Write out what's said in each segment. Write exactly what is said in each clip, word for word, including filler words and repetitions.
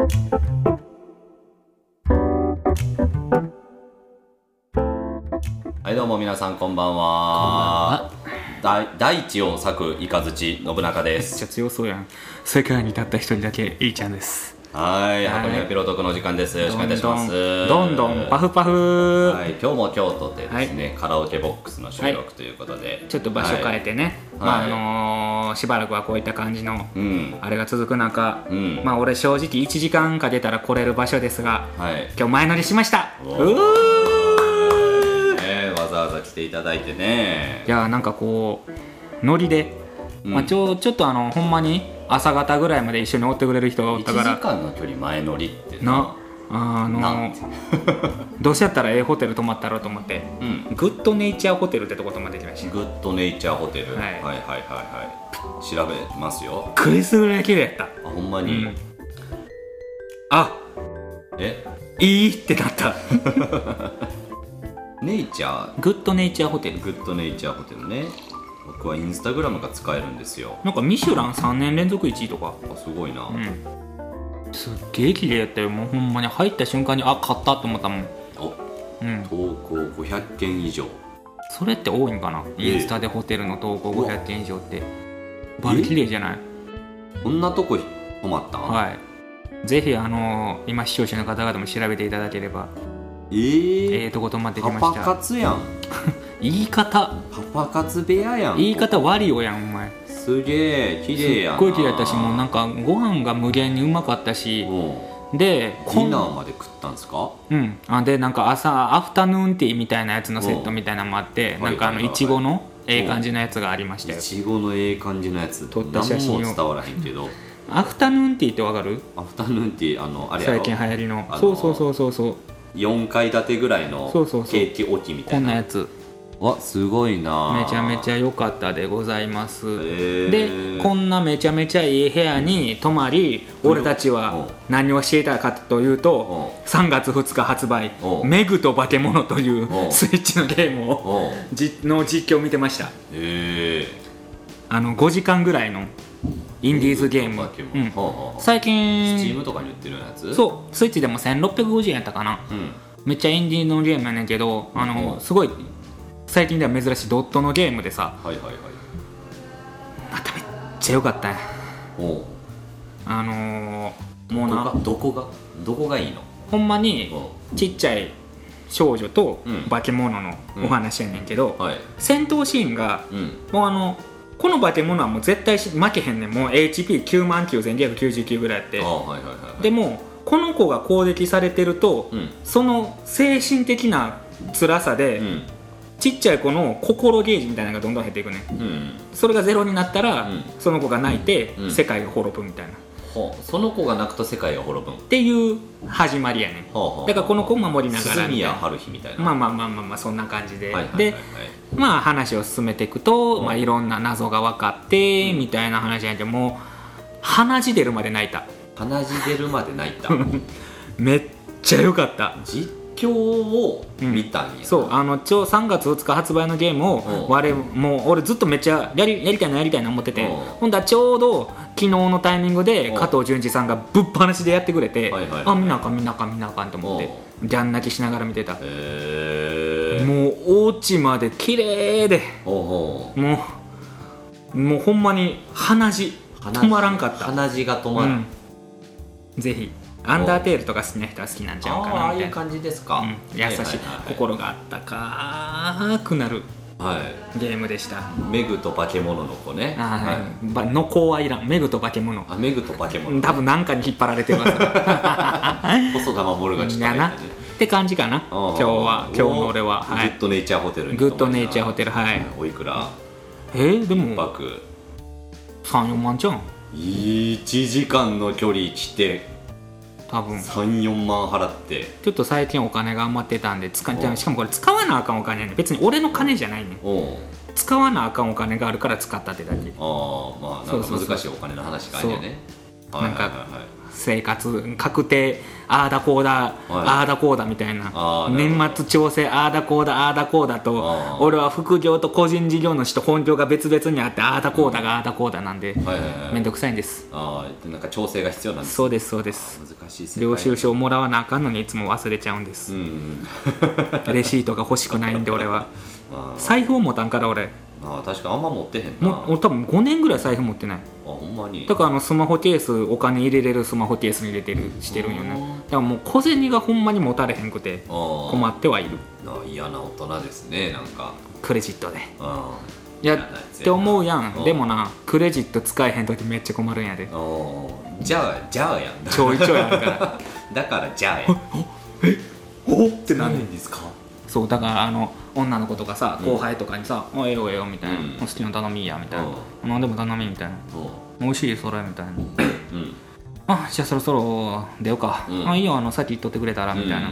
はい、どうも皆さんこんばんは。大地を裂くイカズチ信長です。 めっちゃ強そうやん。世界にたった一人だけいいちゃんです。 はい、箱根ピロトクの時間です。よろしくお願いいたします。 どんどんパフパフ。 はい、今日も京都でですね、はい、カラオケボックスの収録ということで、はい、 ちょっと場所変えてね、はい、まああのー、しばらくはこういった感じの、うん、あれが続く中、うん、まあ俺正直いちじかんか出たら来れる場所ですが、はい、今日前乗りしました。うーわざわざ来ていただいてね。 いやなんかこうノリで、うん、まあ、ちょちょっとあのほんまに朝方ぐらいまで一緒に追ってくれる人がおったから、 いちじかんの距離前乗りってなあのどうせやったらええホテル泊まったろうと思って、うん、グッドネイチャーホテルってとこ泊まってきました。 グッドネイチャーホテル、はい、はいはいはいはい調べますよ。 クリスぐらい綺麗やった。 あ、ほんまに、うん、 あえいいってなったネイチャーグッドネイチャーホテルグッドネイチャーホテルね。僕はインスタグラムが使えるんですよ。 なんかミシュランさんねん連続いちいとか。 あ、すごいな、うん、 すっげえ綺麗やったよ。もうほんまに入った瞬間にあ買ったと思ったもん。 お、うん、投稿ごひゃくけん以上。それって多いんかな、えー、インスタでホテルの投稿ごひゃくけん以上ってバリ綺麗じゃない？ こんなとこ泊まったん？ はい、ぜひあのー、今視聴者の方々も調べていただければ。 えー、 ええとこ泊まってきました。 パパ活やん言い方パパ活部屋やん。 言い方ワリオやんお前。 すげえ綺麗やん。 すっごい綺麗やったし、もうなんかご飯が無限にうまかったし、でディナーまで食ったんすか？ うん。あでなんか朝アフタヌーンティーみたいなやつのセットみたいなのもあって、なんかあのいちごのええ感じのやつがありましたよ。 いちごのええ感じのやつ撮った写真を。 何も伝わらへんけどアフタヌーンティーってわかる？ アフタヌーンティー、あのあれやろ、 最近流行りの、そうそうそうそうそう、 よんかい建てぐらいのケーキ置きみたいな。 こんなやつ。 わ、すごいな。 めちゃめちゃ良かったでございます。でこんなめちゃめちゃいい部屋に泊まり、俺たちは何をしていたかというと、さんがつふつか発売メグと化け物というスイッチのゲームをの実況を見てました。へあのごじかんぐらいのインディーズゲーム、うん、最近スチームとかに売ってるやつ。 そうスイッチでもせんろっぴゃくごじゅうえんやったかな、うん、めっちゃインディーのゲームやねんけど、あのすごい最近では珍しいドットのゲームでさ、はいはいはい、まためっちゃ良かったね。おあのー、もうなどこがどこがいいの？ ほんまにちっちゃい少女と化け物のお話やねんけど、うんはい、戦闘シーンが、うん、もうあのこの化け物はもう絶対負けへんねん。もう エイチピーきゅうまんきゅうせんきゅうひゃくきゅうじゅうきゅうぐらいあって、あ、はいはいはいはい、でもこの子が攻撃されてると、うん、その精神的な辛さで、うん、ちっちゃい子の心ゲージみたいなのがどんどん減っていくね、うん、それがゼロになったら、うん、その子が泣いて、うん、世界が滅ぶみたいな、 うん、その子が泣くと世界が滅ぶっていう始まりやねん。だからこの子を守りながらみた春日みたいな、 まあまあまあまあまあそんな感じで、はいはいはいはい、でまあ話を進めていくと、うん、まあ、いろんな謎が分かって、うん、みたいな話やけど、もう鼻血出るまで泣いた。 鼻血出るまで泣いためっちゃ良かった。 実況を見たんや、うん、 そうあのちょさんがつふつか発売のゲームを、うん、我もう俺ずっとめっちゃやり、やりたいなやりたいな思ってて、うん、ほんだらちょうど昨日のタイミングで加藤純次さんがぶっ放しでやってくれて、はいはいはい、あ見なあかん見なあかん見なあかんと思ってギャン泣きしながら見てた。へもうお家まで綺麗で、もうもうほんまに鼻血止まらんかった。 鼻血が止まらん、 うん、ぜひアンダーテールとか好きな人は好きなんちゃうかなみたいな。 ああいう感じですか、うん、 優しい、はいはいはい、心があったかくなる、はい、ゲームでした。 メグと化け物の子ね。 あ、はいはい、の子はいらん。メグと化け物。 あ、メグと化け物、ね、 多分何かに引っ張られてます細田守がちょっと入ったねって感じかな今日は。今日の俺は、 はい、グッドネイチャーホテルにグッドネイチャーホテル、はい。 おいくら？ えー、でも泊さん、よんまんじゃん。 いちじかんの距離来て多分さん、よんまん払って。 ちょっと最近お金が余ってたんで使っちゃう。しかもこれ使わなあかんお金やねん。別に俺の金じゃないねん。使わなあかんお金があるから使ったってだけ。 ああ、まあなんか難しいお金の話があるよね。 なんか生活確定あーだこうだ、はい、あーだこうだみたいな、年末調整あーだこうだあーだこうだと、俺は副業と個人事業主と本業が別々にあってあーだこうだがあーだこうだなんで、はいはいはい、めんどくさいんです。 ああ、なんか調整が必要なんです、ね、 そうですそうです。 難しい世界。 領収書をもらわなあかんのにいつも忘れちゃうんです、うん、レシートが欲しくないんで俺は財布を持たんから俺。 ああ、確かあんま持ってへんな。 も俺多分ごねんぐらい財布持ってない。あ、 ほんまに。 だからあのスマホケース、お金入れれるスマホケースに入れてるしてるんよね。だからもう小銭がほんまに持たれへんくて困ってはいる。 ああ、嫌な大人ですね。なんかクレジットでいやって思うやん。でもな、クレジット使えへん時めっちゃ困るんやで。 じゃあじゃあやんちょいちょいやるからだからじゃあやんえおってなんでですか。 そうだからあの女の子とかさ、後輩とかにさ「おええよええよ」みたいな、好きな頼みやみたいな、何でも頼みみたいな、美味しいそれみたいな、あ、じゃあそろそろ出ようか、あ、いいよ、あのさっき言っとってくれたらみたいな、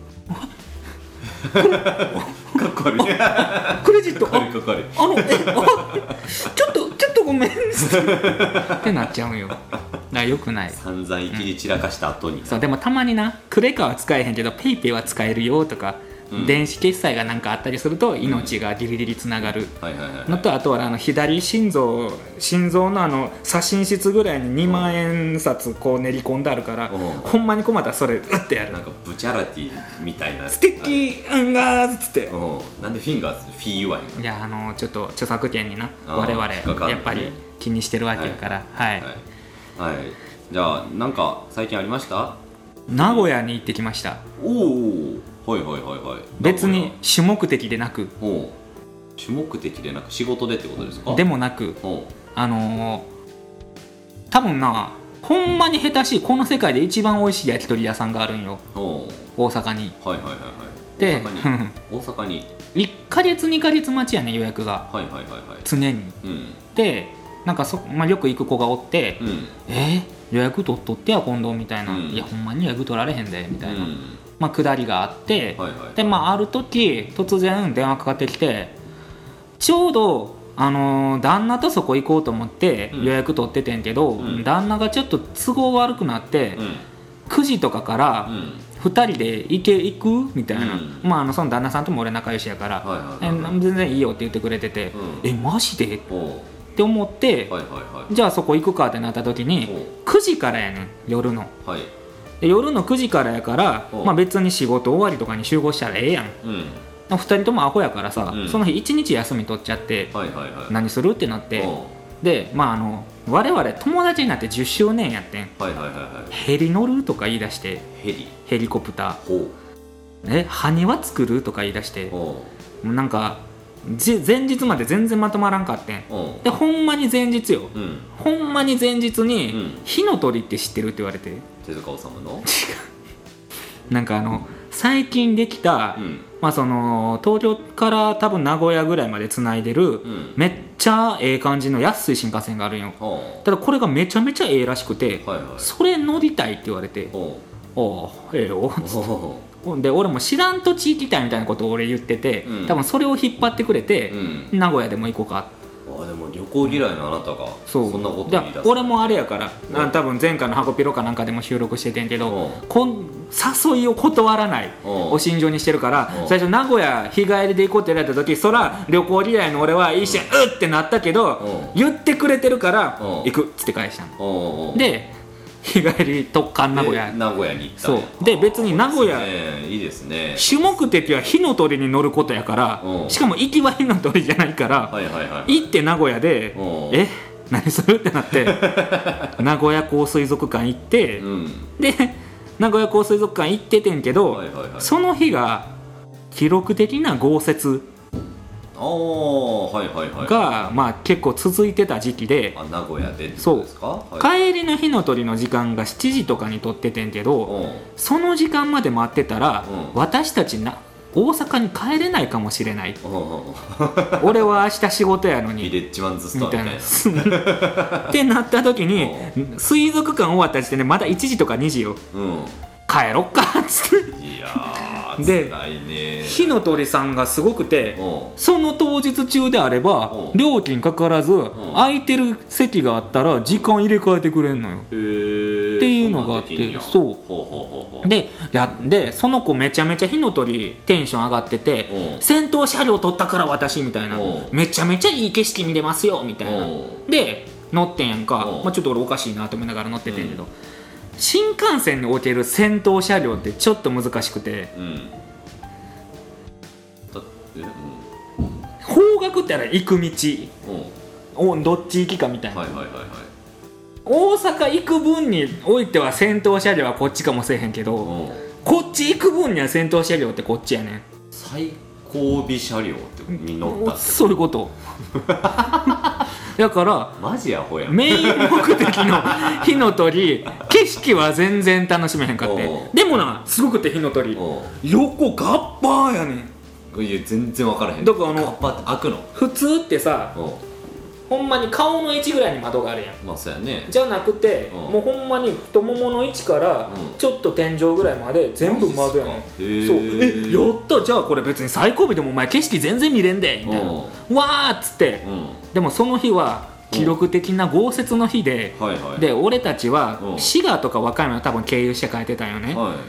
かっこ悪いクレジット、 かっこ悪い、 あのえあちょっとちょっとごめんってなっちゃうんよ。だからよくない。 散々いきり散らかした後に、 そうでもたまにな、クレカは使えへんけどペイペイは使えるよとか、うん、電子決済がなんかあったりすると命がギリギリつながるのと、あとはあの左心臓心臓のあの左心室ぐらいににまんえん札こう練り込んであるから、ほんまに困ったらそれうってやる。 なんかブチャラティみたいなステッキーフィンガーズっつって、 なんでフィンガーズフィー言わへん。 いや、あのちょっと著作権にな我々やっぱり気にしてるわけやから。はい、はいはいはい、じゃあなんか最近ありました？ 名古屋に行ってきました。 おお、はいはいはいはい。 別に主目的でなく、 主目的でなく仕事でってことですか？ でもなく、あのー、多分な、ほんまに下手しいこの世界で一番美味しい焼き鳥屋さんがあるんよ、大阪に。はいはいはいはい。で、 大阪にいっかげつにかげつ待ちやね、予約が。はいはいはいはい。常に、うん、でなんかそ、まあ、よく行く子がおって、うん、えー、予約取っとってや今度みたいな、うん、いやほんまに予約取られへんでみたいな、うん、まあ、下りがあって、はいはいはい、でまあある時突然電話かかってきて、ちょうどあのー、旦那とそこ行こうと思って予約取っててんけど、うん、旦那がちょっと都合悪くなって、うん、くじとかからふたりで行け行くみたいな、うん、まあ、あのその旦那さんとも俺仲良しやから、はいはいはいはい、え全然いいよって言ってくれてて、うん、えマジでって思って、はいはいはい、じゃあそこ行くかってなった時にくじからやねん、夜の、はい、で夜のくじからやから、まあ、別に仕事終わりとかに集合したらええやん、うん、ふたりともアホやからさ、うん、その日いちにち休み取っちゃって、はいはいはい、何するってなって、で、まあ、あの我々友達になってじゅっしゅうねんやってん、はいはいはいはい、ヘリ乗るとか言い出して、ヘリ、ヘリコプター、え埴輪作るとか言い出して、もうなんか前日まで全然まとまらんかってん。でほんまに前日よ、うん、ほんまに前日に、うん、火の鳥って知ってるって言われて、 手塚治虫のなんかあの最近できた、うん、まあ、その東京から多分名古屋ぐらいまでつないでる、うん、めっちゃええ感じの安い新幹線があるんよ。ただこれがめちゃめちゃええらしくて、はいはい、それ乗りたいって言われて、おあええよっつってで俺も知らん土地行きたいみたいなことを俺言ってて、うん、多分それを引っ張ってくれて、うん、名古屋でも行こうか。 あでも旅行嫌いのあなたがそんなこと言い出す。 俺もあれやから、うん、多分前回のハコピロかなんかでも収録しててんけど、うん、こん誘いを断らないを信条にしてるから、うん、最初名古屋日帰りで行こうって言われた時、そら旅行嫌いの俺は一瞬うってなったけど、うん、言ってくれてるから行くっつって返したの。で日帰り特艦名古屋名古屋に行ったんや。 そうで別に名古屋、 ね、いいですね。 主目的は火の鳥に乗ることやから、しかも行きは火の鳥じゃないから、はいはいはいはい、行って名古屋でえ何するってなって名古屋港水族館行って、うん、で名古屋港水族館行っててんけど、はいはいはい、その日が記録的な豪雪はいはいはい、 が、まあ、結構続いてた時期で、 あ名古屋でってことですか？ そう、はい、帰りの火の鳥の時間がしちじとかに撮っててんけど、その時間まで待ってたら私たちな大阪に帰れないかもしれない俺は明日仕事やのにビレッジマンズストアみたいなってなった時に水族館終わった時点でまだいちじとかにじよ、うん、帰ろっかっつって。いやで火の鳥さんがすごくて、その当日中であれば料金かからず空いてる席があったら時間入れ替えてくれんのよ。へっていうのがあって、そうでやでその子めちゃめちゃ火の鳥テンション上がってて、先頭車両取ったから私みたいな、めちゃめちゃいい景色見れますよみたいなで乗ってんやんか、まあ、ちょっと俺おかしいなと思いながら乗っててんけど、うん、新幹線における先頭車両ってちょっと難しくて、うん、だってうん、方角ってあら行く道、うん、おどっち行きかみたいな、はいはいはいはい、大阪行く分においては先頭車両はこっちかもしれへんけど、うん、こっち行く分には先頭車両ってこっちやねん。 最後尾車両ってに乗ったってそういうことだからマジアホやんメイン目的の火の鳥景色は全然楽しめへんかって、でもなすごくて火の鳥横ガッパーやねん。いや全然分からへん。 だからあのガッパーって開くの普通ってさ、ほんまに顔の位置ぐらいに窓があるやん。 まあそうやね。 じゃなくて、もうほんまに太ももの位置からちょっと天井ぐらいまで全部窓やねん。そうえやったじゃあこれ別に最後尾でもお前景色全然見れんでみたいなわーっつって、うん、でもその日は記録的な豪雪の日で、はいはい、で俺たちは滋賀とか和歌山を多分経由して帰ってたんよね、はい、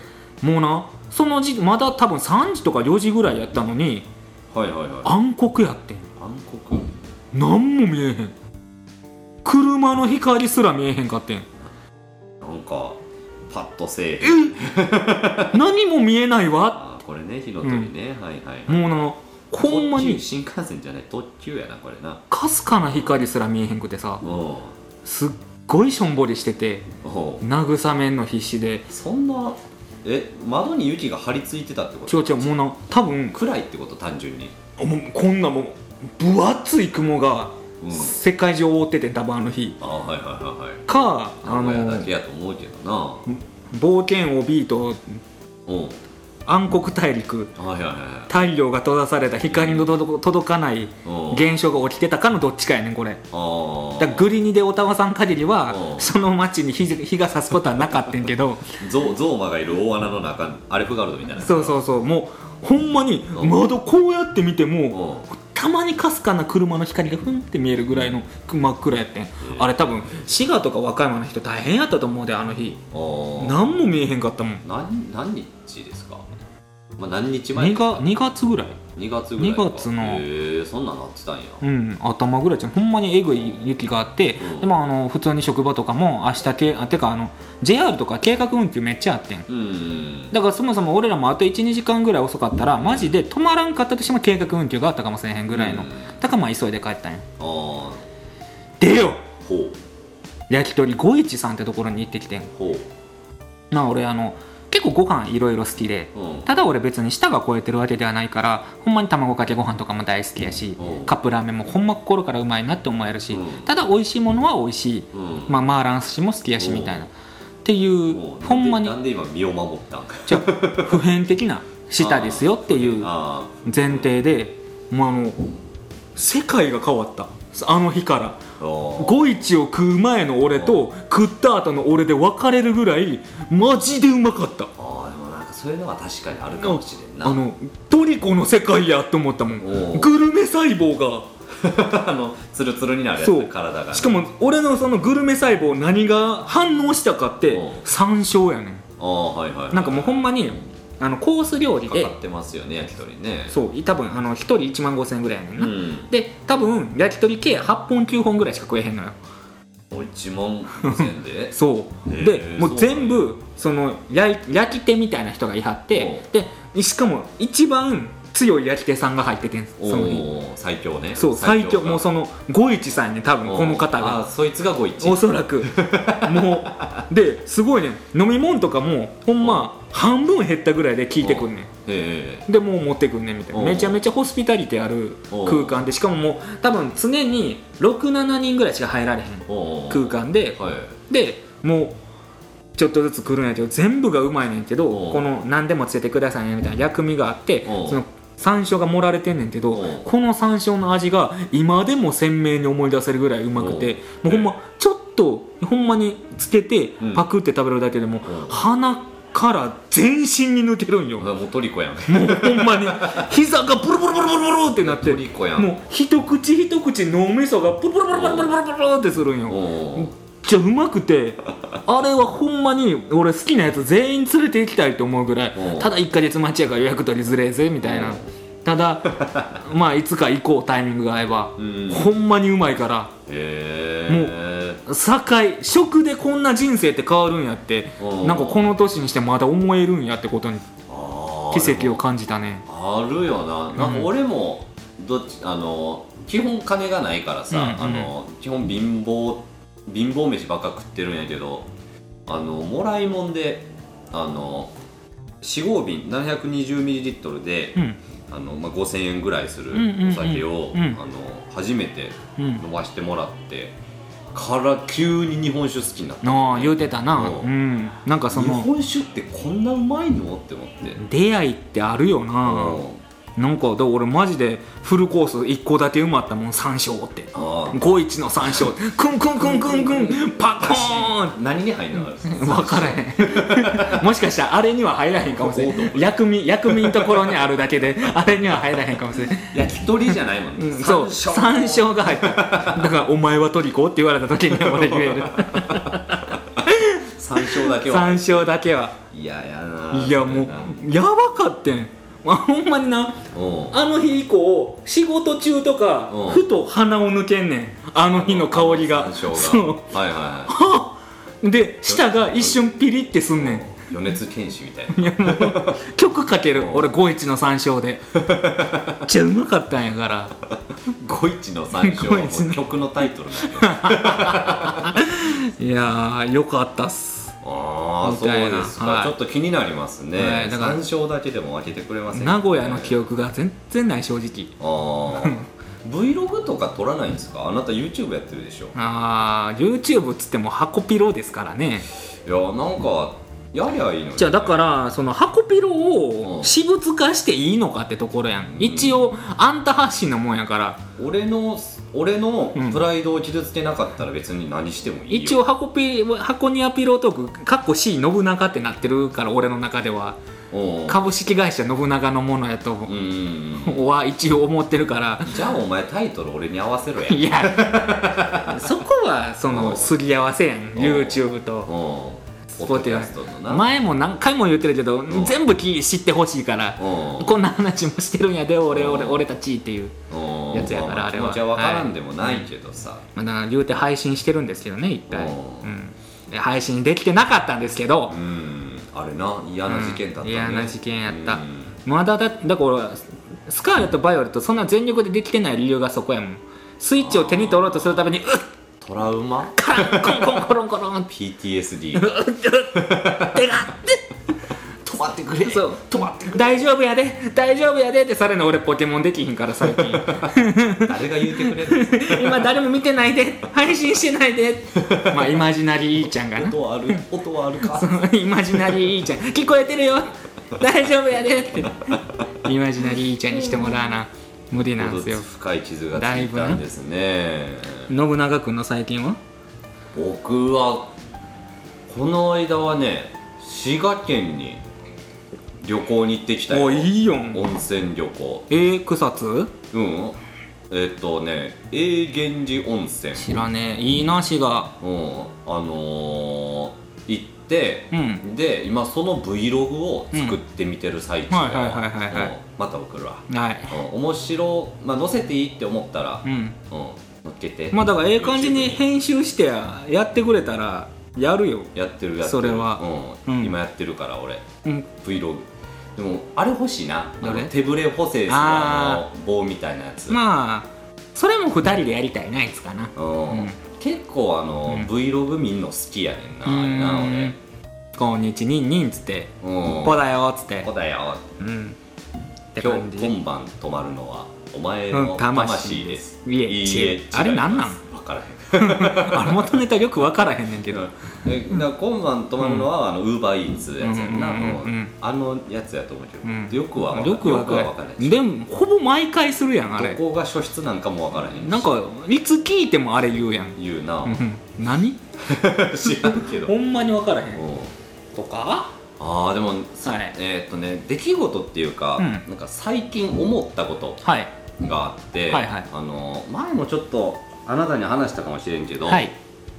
もうなその時まだ多分さんじとかよじぐらいやったのに、はいはいはい、暗黒やってん。 暗黒何も見えへん。車の光すら見えへんかってん。 なんかパッとせえへん何も見えないわ。 あこれね火の鳥ね、うん、はいはい、はい、 もうなほんまに新幹線じゃない特急やなこれな。 かすかな光すら見えへんくてさ、すっごいしょんぼりしてて慰めんの必死で。 そんなえ窓に雪が張り付いてたってこと？ 違う違うもうな多分暗いってこと単純に。 もうこんなもう分厚い雲が世界中覆ってて多分あの日、 うん、あはいはいはいはいかあのだけやと思うけどな。 冒険をビート暗黒大陸、はいはいはい、太陽が閉ざされた光の届かない現象が起きてたかのどっちかやねんこれ。あだからグリニでおたわさん限りはその街に 日, 日が差すことはなかったんけどゾウマがいる大穴の中アレフガルドみたいな。 そうそうそうもうほんまに窓こうやって見てもたまにかすかな車の光がふんって見えるぐらいの真っ暗やってん。あれ多分滋賀とか和歌山の人大変やったと思うであの日。何も見えへんかったもん。 何, 何日ですか？まあ、何日前 2, がにがつぐらいにがつぐらいか。 にがつのへえそんなんなってたんや。 うん頭ぐらいじゃん。ほんまにえぐい雪があって、うん、でもあの普通に職場とかも明日けあてかあの ジェイアール とか計画運休めっちゃあってん、うん、だからそもそも俺らもあと いちにじかんぐらい遅かったらマジで止まらんかったとしても計画運休があったかもしれへんぐらいの、うん、だからまあ急いで帰ったんや。あでよほう焼き鳥ごいちさんってところに行ってきてん。ほうな俺あの結構ご飯いろいろ好きで、うん、ただ俺別に舌が超えてるわけではないからほんまに卵かけご飯とかも大好きやし、うん、カップラーメンもほんま心からうまいなって思えるし、うん、ただ美味しいものは美味しい、うん、まあマーラン寿司も好きやしみたいな、うん、っていうほんまになんで今身を守ったんかじゃ普遍的な舌ですよっていう前提でもうあの世界が変わったあの日から。ごいちを食う前の俺と食った後の俺で分かれるぐらいマジでうまかった。 あでもなんかそういうのは確かにあるかもしれんな。 あのトリコの世界やと思ったもん。グルメ細胞があのツルツルになるやつ体が、ね、 しかも俺のそのグルメ細胞何が反応したかって山椒やねん。あ、はいはいはい、なんかもうほんまにあのコース料理でかかってますよね焼き鳥ね。 そう多分あのひとりいちまんごせんえんぐらいやねんな、うん、で多分焼き鳥計はっぽんきゅうほんぐらいしか食えへんのよ。 いちまんごせんえんでそうでもう全部その焼, 焼き手みたいな人がいはってでしかも一番強い焼き手さんが入っててんその日最強ね。 そう最強もうそのごいちさんね多分この方があそいつがごいちおそらくもうですごいね飲み物とかもほんま半分減ったぐらいで聞いてくんねんでもう持ってくんねんみたいなめちゃめちゃホスピタリティある空間でしかももう多分常にろく、ななにんぐらいしか入られへん空間で、はい、でもうちょっとずつ来るんやけど全部がうまいねんけどこの何でもつけてくださいねみたいな薬味があってその山椒が盛られてんねんけどこの山椒の味が今でも鮮明に思い出せるぐらいうまくてもうほんまちょっとほんまにつけてパクって食べるだけでも鼻から全身に抜けるんよ。 もうトリコやんもうほんまに膝がブルブルブルブルブルってなってトリコやん。 もう一口一口脳みそがブルブルブルブルブルブルブルってするんよ。 ちゃうまくてあれはほんまに俺好きなやつ全員連れて行きたいと思うぐらい、ただいっかげつ待ちやから予約取りづれえぜみたいな、ただまあいつか行こうタイミングが合えば、うん、ほんまにうまいから、 へもう境食でこんな人生って変わるんやって、なんかこの年にしてまだ思えるんやってことに奇跡を感じたね。 あるよな。なんか俺もどっちあの基本金がないからさ、うんうん、あの基本貧乏貧乏飯ばっか食ってるんやけど、あのもらいもんであのよん合瓶 ななひゃくにじゅうミリリットル で、うんあのまあ、ごせんえんぐらいするお酒を、うんうんうん、あの初めて飲ましてもらって、うん、から急に日本酒好きになった、ね、 ああ言うてたな、うん、なんかその日本酒ってこんなうまいのって思って、 出会いってあるよな、うんなんかだ俺マジでフルコースいっこだけ埋まったもん山椒ってごいちの山椒クンクンクンクンクンパコーン何に入るの分からへんもしかしたらあれには入らへんかもしれない薬味薬味のところにあるだけであれには入らへんかもしれない焼き鳥じゃないもんね、 うん、そう山椒が入っただからお前はトリコって言われた時に俺言える山椒だけは山椒だけはいややないやもうやばかってんまあ、ほんまになあの日以降仕事中とかふと鼻を抜けんねんあの日の香りがそうはいはいはいで舌が一瞬ピリってすんねん余熱剣士みたいないやもう曲かける俺ごいちの山椒でめっちゃうまかったんやからごいちの山椒はもう曲のタイトルなんいやーよかったっすああそうですか、はい、ちょっと気になりますね、はい、だから山椒だけでも分けてくれませんか、ね、 名古屋の記憶が全然ない正直あVlog とか撮らないんですかあなた YouTube やってるでしょあ YouTube っつっても箱ピロですからねいやなんかやりゃいいのに、ね、 じゃあだからその箱ピロを私物化していいのかってところやん、うん、一応あんた発信のもんやから俺の俺のプライドを傷つけなかったら別に何してもいいよ、 一応箱ピ箱ニアピロートークかっこ C 信長ってなってるから俺の中では株式会社信長のものやとは一応思ってるからじゃあお前タイトル俺に合わせろやいやそこはそのすり合わせやん YouTube とスポティファイ前も何回も言ってるけど全部知ってほしいからこんな話もしてるんやで俺俺俺たちっていうやつやからあれは気持ちは分からんでもないけどさ、 まあ、だから言うて配信してるんですけどね一体、うん、配信できてなかったんですけどうんあれな嫌な事件だったね、うん、 嫌な事件やったまだだだからスカーレット・バイオレットそんな全力でできてない理由がそこやもんスイッチを手に取ろうとするためにうっトラウマカランコンコンコロンコロンピーティーエスディー手が止まってくれそう止まってくれ大丈夫やで大丈夫やでってされの俺ポケモンできひんから最近誰が言うてくれる今誰も見てないで配信してないでまあイマジナリーちゃんがな音はある音はあるかイマジナリーちゃん聞こえてるよ大丈夫やでってイマジナリーちゃんにしてもらわな無理なんですよ深い傷がついたんですね信長君の最近は僕はこの間はね滋賀県に旅行に行ってきたよ。 おいいよん温泉旅行えー、草津うんえっとね永源寺温泉知らねえいいな滋賀うんあのー、行って、うん、で今その Vlog を作ってみてる最中はいはいはいはいはいまた送るわはい、 うん、面白まあ載せていいって思ったら、うんうん、載っけてまあだからええ感じに編集してやってくれたらやるよやってるやってるそれは、 うんうん、今やってるから俺、うん、Vlog でもあれ欲しいなあの手ぶれ補正するあの棒みたいなやつまあそれもふたりでやりたいなやつかな、 うんうん、結構あの、うん、Vlog 見んの好きやねんなあれな俺こんにちにんにんっつってポだよっつってポだようん今日今晩泊まるのはお前の魂です、 うん、いえいいえあれなんなん分からへんあれ元ネタよく分からへんねんけどえだから今晩泊まるのは、うん、あのウーバーイーツやつやんな、うんうんうん、あのやつやと思うけど、うん、よくはよくは分からへんでもほぼ毎回するやんあれどこが初出なんかも分からへんしなんかいつ聞いてもあれ言うやん言うな、うん、 何知らんけどほんまに分からへんとかあーでも、はい、えー、っとね出来事っていうか、うん、なんか最近思ったことがあって、はいはいはい、あの前もちょっとあなたに話したかもしれんけど、はい、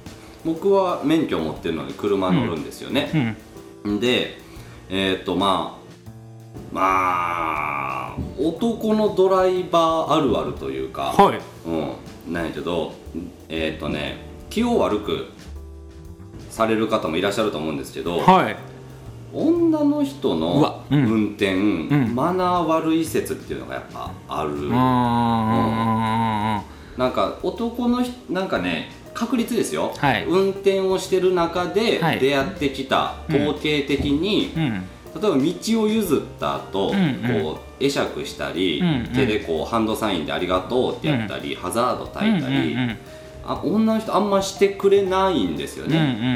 僕は免許を持ってるので車乗るんですよね、うん、でえっとまあまあ男のドライバーあるあるというか、はい、うん、なんやけどえっとね気を悪くされる方もいらっしゃると思うんですけど、はい、女の人の運転、うんうん、マナー悪い説っていうのがやっぱある、うん、なんか男の人なんかね確率ですよ、はい、運転をしてる中で出会ってきた、はい、統計的に、うん、例えば道を譲った後、うんうん、こう会釈したり、うんうん、手でこうハンドサインでありがとうってやったり、うん、ハザード焚いたり、うんうんうん、あ女の人あんましてくれないんですよね。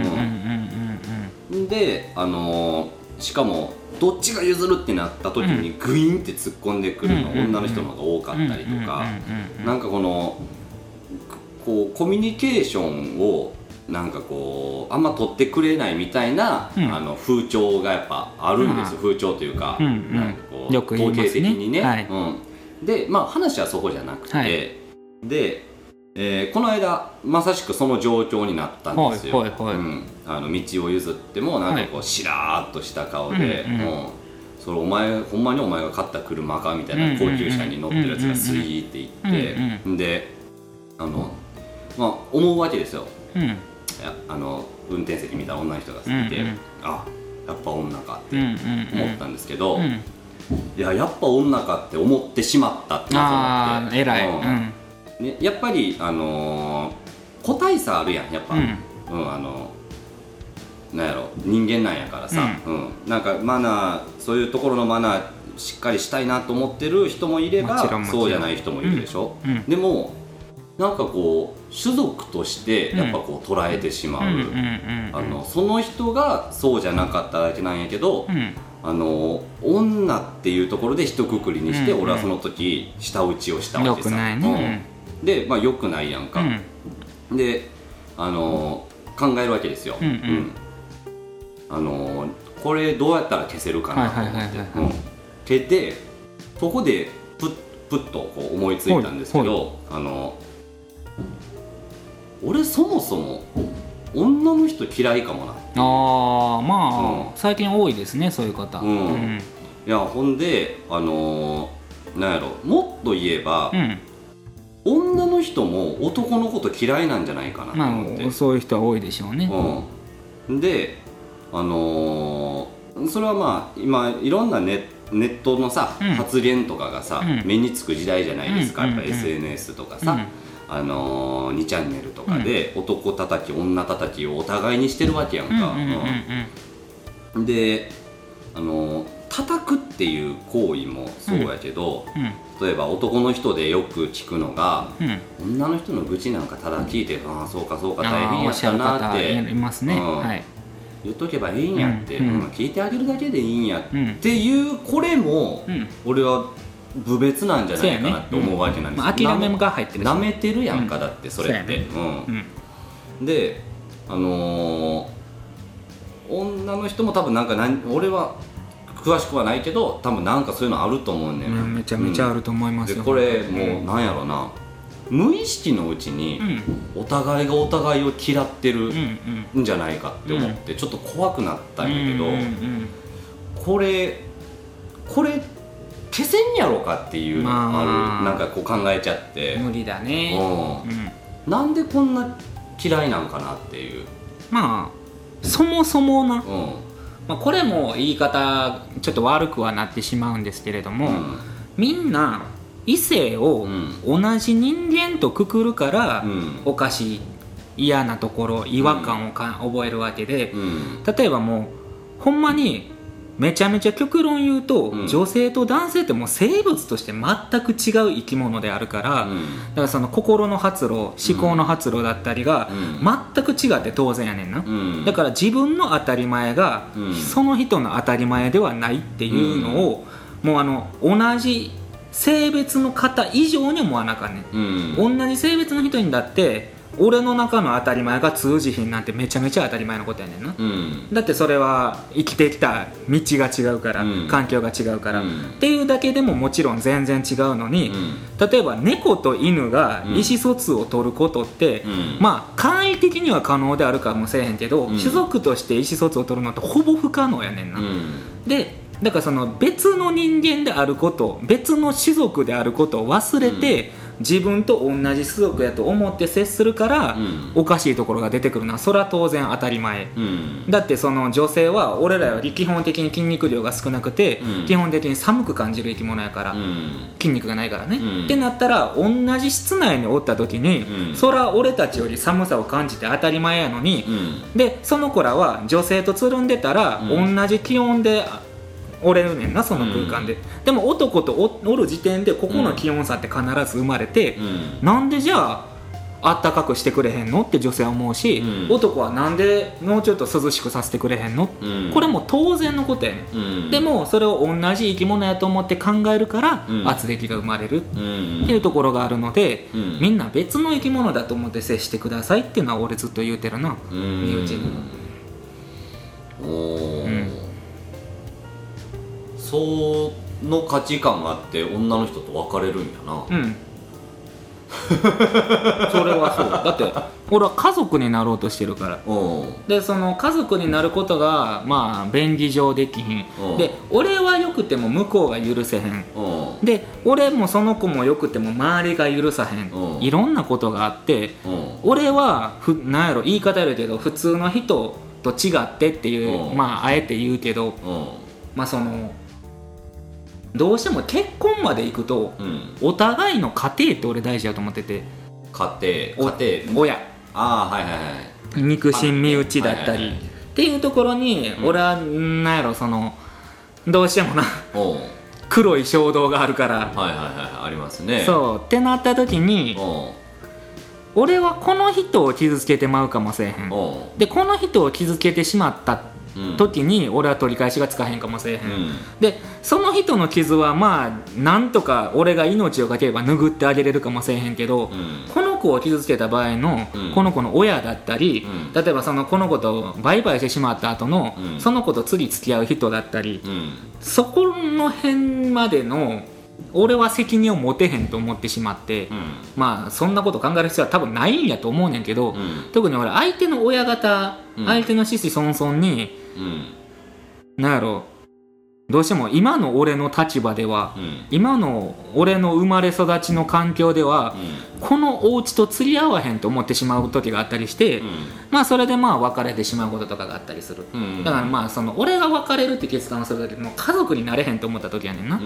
で、あのー、しかもどっちが譲るってなった時にグイーンって突っ込んでくるの、うん、女の人の方が多かったりとか、なんかこのこうコミュニケーションをなんかこうあんま取ってくれないみたいな、うん、あの風潮がやっぱあるんですよ、うん、風潮というか、うんうん、なんかこうよく言いますね、統計的にね、はい、うん、でまあ話はそこじゃなくて、はい、で、えー、この間まさしくその状況になったんですよ、はいはいはい、うん、あの道を譲ってもなんかこうしらーっとした顔で、はい、うんうん、それお前ほんまにお前が買った車かみたいな高級車に乗ってるやつがスイーって言って、うんうん、であのまあ思うわけですよ、うん、いやあの運転席見た女の人がいて、うんうん、あやっぱ女かって思ったんですけど、うんうんうん、いややっぱ女かって思ってしまったって思って、偉い、うんね、やっぱりあのー、個体差あるやんやっぱ、うんうん、あのなんやろ人間なんやからさ、うんうん、なんかマナーそういうところのマナーしっかりしたいなと思ってる人もいればそうじゃない人もいるでしょ、うんうん、でもなんかこう種族としてやっぱこう捉えてしまう、あのその人がそうじゃなかっただけなんやけど、うん、あの女っていうところで一括りにして、うんうん、俺はその時舌打ちをしたわけさ、良くないね、うん、でまあ良くないやんか、うん、であの考えるわけですよ、うんうんうん、あのこれどうやったら消せるかなと思って消してそこでプップッとこう思いついたんですけど、あの俺そもそも女の人嫌いかもなっていう。 ああまあ、うん、最近多いですねそういう方、うんうん、いやほんであのー、なんやろもっと言えば、うん、女の人も男のこと嫌いなんじゃないかなと思って、 まあ、そういう人は多いでしょうね、 うん、であのー、それはまあ今いろんなネ、ネットのさ、うん、発言とかがさ、うん、目につく時代じゃないですか、うん、やっぱ エスエヌエス とかさ、うんあのー、にチャンネルとかで男叩き女叩きをお互いにしてるわけやんか、うん、で、あのー、叩くっていう行為もそうやけど、うん、例えば男の人でよく聞くのが、うん、女の人の愚痴なんかただ聞いて、うん、ああそうかそうか大変やったなっていますね、うんはい、 言っとけばいいんやって、うんうん、聞いてあげるだけでいいんやっていう、これも、うん、俺は部別なんじゃないかなと思うわけなんですよ、 ねうんまあ、諦めが入ってるしなめてるやんか、うん、だってそれって、うんうんうん、であのー、女の人も多分なんか何俺は詳しくはないけど多分なんかそういうのあると思うねん、 うん、めちゃめちゃあると思いますよ、 うん、でこれもうなんやろな無意識のうちにお互いがお互いを嫌ってるんじゃないかって思ってちょっと怖くなったんやけど、うんうんうん、これこれ消せんやろかっていうのがある、まあ、なんかこう考えちゃって無理だね、 うんうん、なんでこんな嫌いなんかなっていうまあそもそもな、うんまあ、これも言い方ちょっと悪くはなってしまうんですけれども、うん、みんな異性を同じ人間とくくるから、うん、おかしい嫌なところ違和感をか、うん、覚えるわけで、うん、例えばもうほんまにめちゃめちゃ極論言うと、うん、女性と男性ってもう生物として全く違う生き物であるから、うん、だからその心の発露思考の発露だったりが全く違って当然やねんな、うん、だから自分の当たり前が、うん、その人の当たり前ではないっていうのを、うん、もうあの同じ性別の方以上に思わなあかんねん、うん、同じ性別の人にだって俺の中の当たり前が通じひんなんてめちゃめちゃ当たり前のことやねんな、 うん、 だってそれは生きてきた道が違うから、うん、環境が違うから、うん、っていうだけでももちろん全然違うのに、うん、例えば猫と犬が意思疎通を取ることって、うん、まあ簡易的には可能であるかもしれへんけど、うん、種族として意思疎通を取るのってほぼ不可能やねんな、うん、でだからその別の人間であること別の種族であることを忘れて、うん、自分と同じ種族やと思って接するから、うん、おかしいところが出てくるのはそれは当然当たり前、うん、だってその女性は俺らより基本的に筋肉量が少なくて、うん、基本的に寒く感じる生き物やから、うん、筋肉がないからね、うん、ってなったら同じ室内におった時に、うん、そら俺たちより寒さを感じて当たり前やのに、うん、でその子らは女性とつるんでたら、うん、同じ気温でおれるねんなその空間で、うん、でも男と お, おる時点でここの気温差って必ず生まれて、うん、なんでじゃああったかくしてくれへんのって女性は思うし、うん、男はなんでもうちょっと涼しくさせてくれへんの、うん、これも当然のことやね、うん、でもそれを同じ生き物やと思って考えるから、うん、圧力が生まれるっていうところがあるので、うん、みんな別の生き物だと思って接してくださいっていうのは俺ずっと言うてるな、うん、身内に。 おー、うんその価値観があって女の人と別れるんやな。 うんそれはそうだって俺は家族になろうとしてるからでその家族になることがまあ便宜上できひんで俺はよくても向こうが許せへんで俺もその子もよくても周りが許さへんいろんなことがあって俺はふなんやろ言い方やるけど普通の人と違ってっていうまああえて言うけどまあそのどうしても結婚まで行くと、うん、お互いの家庭って俺大事だと思ってて家庭家庭親ああはいはいはい肉親身内だったり、はいはいはい、っていうところに、うん、俺はなんやろそのどうしてもな黒い衝動があるからはいはいはいありますねそうってなった時に俺はこの人を傷つけてまうかもしれへんでこの人を傷つけてしまった時に俺は取り返しがつかへんかもしれへん、うん、でその人の傷はまあなんとか俺が命をかければ拭ってあげれるかもしれへんけど、うん、この子を傷つけた場合の、うん、この子の親だったり、うん、例えばそのこの子と売買してしまった後の、うん、その子と次付き合う人だったり、うん、そこの辺までの俺は責任を持てへんと思ってしまって、うん、まあそんなこと考える必要は多分ないんやと思うねんけど、うん、特に俺相手の親方、うん、相手の子々孫々に、うん、なんやろどうしても今の俺の立場では、うん、今の俺の生まれ育ちの環境では、うん、このお家と釣り合わへんと思ってしまう時があったりして、うん、まあそれでまあ別れてしまうこととかがあったりする、うん、だからまあその俺が別れるって決断をする時も家族になれへんと思った時やねんな、うん、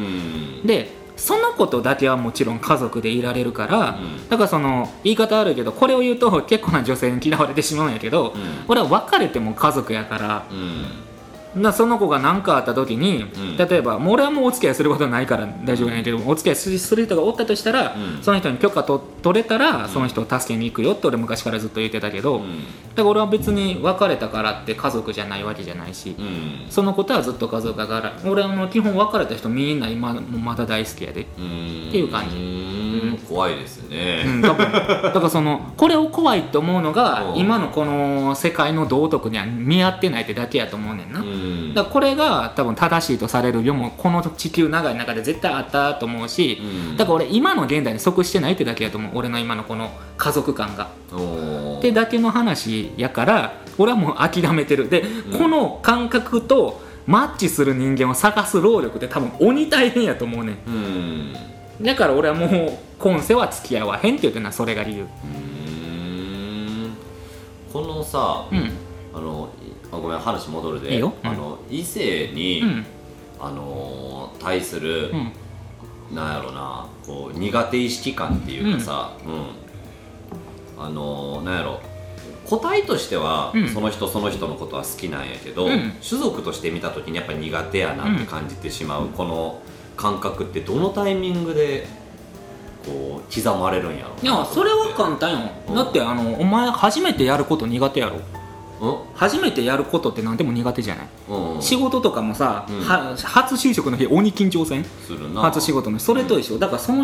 でそのことだけはもちろん家族でいられるから、うん、だからその言い方悪いけどこれを言うと結構な女性に嫌われてしまうんやけど、うん、俺は別れても家族やから、うんなその子が何かあった時に、うん、例えばもう俺はもうお付き合いすることないから大丈夫なんやけど、うん、お付き合いする人がおったとしたら、うん、その人に許可と取れたら、うん、その人を助けに行くよって俺昔からずっと言ってたけど、うん、だから俺は別に別れたからって家族じゃないわけじゃないし、うん、そのことはずっと家族だから俺はもう基本別れた人みんな今もまだ大好きやで、うん、っていう感じ、 うん、怖いですね、 うん、多分だからそのこれを怖いって思うのが今のこの世界の道徳には見合ってないってだけやと思うねんな、うんだからこれが多分正しいとされる世もこの地球長い中で絶対あったと思うし、うん、だから俺今の現代に即してないってだけやと思う俺の今のこの家族観がってだけの話やから俺はもう諦めてるで、うん、この感覚とマッチする人間を探す労力って多分鬼大変やと思うねん、うん、だから俺はもう今世は付き合わへんって言うてるのはそれが理由。うーんこのさ、うん、あのごめん話戻るでいいよ、うん、 あの異性に、うん、あの対する、うん、なんやろなこう苦手意識感っていうかさ、うんうん、あのなんやろ個体としては、うん、その人その人のことは好きなんやけど、うん、種族として見た時にやっぱり苦手やなって感じてしまう、うん、この感覚ってどのタイミングでこう刻まれるんやろ。 いやそれは簡単よ、うん、だってあのお前初めてやること苦手やろ。初めてやることって何でも苦手じゃない、うん、仕事とかもさ、うん、は初就職の日鬼緊張せんするな初仕事のそれと一緒、うん、だからその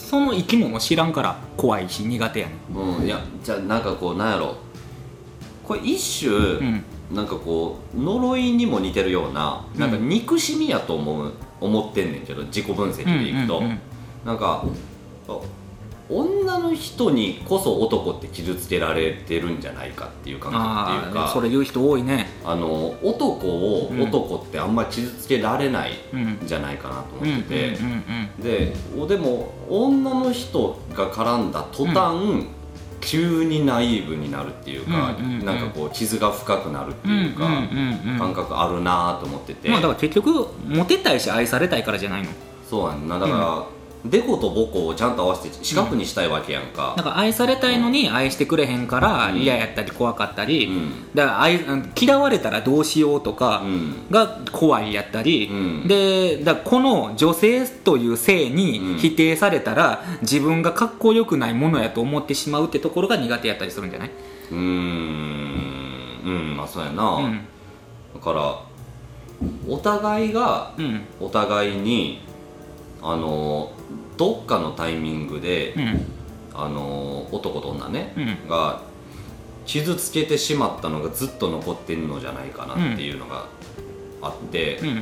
その生き物知らんから怖いし苦手やねん、うん、いやじゃあなんかこうなんやろこれ一種、うん、なんかこう呪いにも似てるようななんか憎しみやと思う思ってんねんけど自己分析でいくと、うんうんうん、なんか女の人にこそ男って傷つけられてるんじゃないかっていう感覚っていうか、 それ言う人多いね。 あの男を男ってあんまり傷つけられないんじゃないかなと思ってて、ででも女の人が絡んだ途端、うん、急にナイーブになるっていうか、うんうんうん、なんかこう傷が深くなるっていうか、うんうんうんうん、感覚あるなと思ってて、 まあ、だから結局モテたいし愛されたいからじゃないの。 そうなんだ、だから、うんデコとボコをちゃんと合わせて四角にしたいわけやんか、 うん、なんか愛されたいのに愛してくれへんから嫌やったり怖かったり、うん、だから愛嫌われたらどうしようとかが怖いやったり、うん、でだこの女性という性に否定されたら自分がかっこよくないものやと思ってしまうってところが苦手やったりするんじゃない？ うーんうんまあそうやな、うん、だからお互いがお互いに、あのどっかのタイミングで、うん、あの男と女ね、うん、が傷つけてしまったのがずっと残ってるのじゃないかなっていうのがあって、うん、もう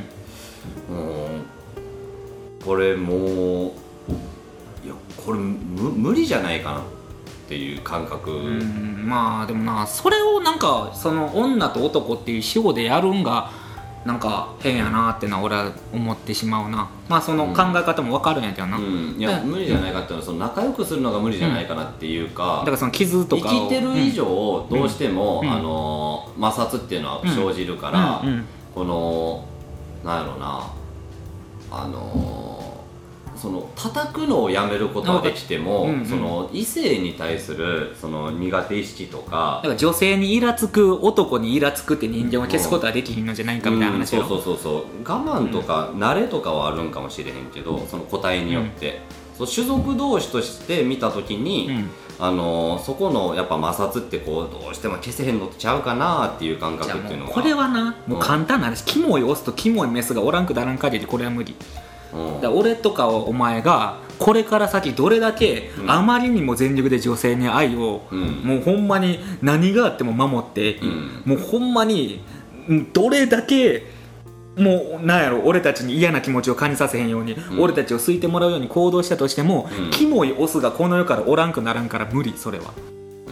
これもういやこれむ無理じゃないかなっていう感覚、うん、 まあでもなそれをなんかその女と男っていう主語でやるんがなんか変やなってのは俺は思ってしまうな。まあその考え方も分かるんやけどな、うんうん、 いや無理じゃないかっていうのはその仲良くするのが無理じゃないかなっていうか、 うん、だからその傷とかを生きてる以上どうしても、うん、あの摩擦っていうのは生じるから、うんうんうん、このなんやろうなあのその叩くのをやめることはできても、うんうん、その異性に対するその苦手意識とか、 だから女性にイラつく男にイラつくって人間を消すことはできひんのじゃないかみたいな話だろ、 うんうん、そうそうそうそう我慢とか慣れとかはあるんかもしれへんけど、その個体によって、うん、そう種族同士として見た時に、うん、あのそこのやっぱ摩擦ってこうどうしても消せへんのちゃうかなっていう感覚っていうのが、 これはなもう簡単な話、うん、キモいオスとキモいメスがおらんくだらん限りこれは無理。うん、だ俺とかお前がこれから先どれだけあまりにも全力で女性に愛を、うん、もうほんまに何があっても守って、うん、もうほんまにどれだけもうなんやろ俺たちに嫌な気持ちを感じさせへんように、うん、俺たちを好いてもらうように行動したとしても、うん、キモいオスがこの世からおらんくならんから無理。それはうー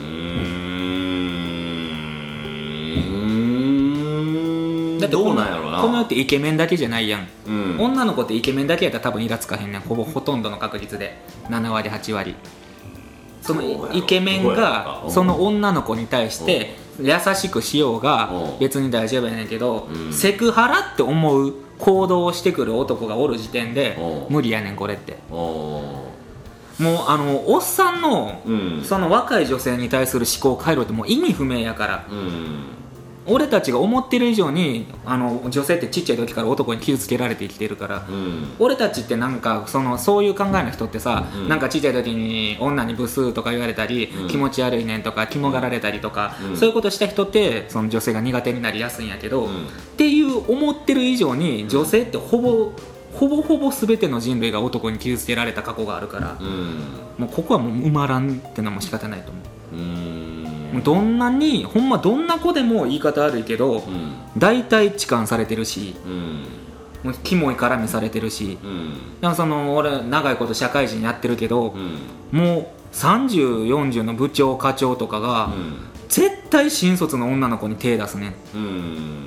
んだってどうなんやろな、この世ってイケメンだけじゃないやん、うん、女の子ってイケメンだけやったら多分イラつかへんねん、ほぼほとんどの確率でななわりはちわり。そのイケメンがその女の子に対して優しくしようが別に大丈夫やねんけど、うん、セクハラって思う行動をしてくる男がおる時点で無理やねんこれって。もうあのおっさんの、うん、その若い女性に対する思考回路ってもう意味不明やから、うん、俺たちが思ってる以上にあの女性ってちっちゃい時から男に傷つけられて生きてるから、うん、俺たちってなんかそのそういう考えの人ってさ、うん、なんかちっちゃい時に女にブスとか言われたり、うん、気持ち悪いねんとか肝がられたりとか、うん、そういうことした人ってその女性が苦手になりやすいんやけど、うん、っていう思ってる以上に女性ってほぼほぼほぼ全ての人類が男に傷つけられた過去があるから、うん、もうここはもう埋まらんってのはもう仕方ないと思う。うんどんなにほんまどんな子でも言い方悪いけど、うん、大体痴漢されてるし、うん、もうキモい絡みされてるし、うん、だからその俺長いこと社会人やってるけど、うん、もうさんじゅう、よんじゅうの部長課長とかが、うん、絶対新卒の女の子に手出すね、うん、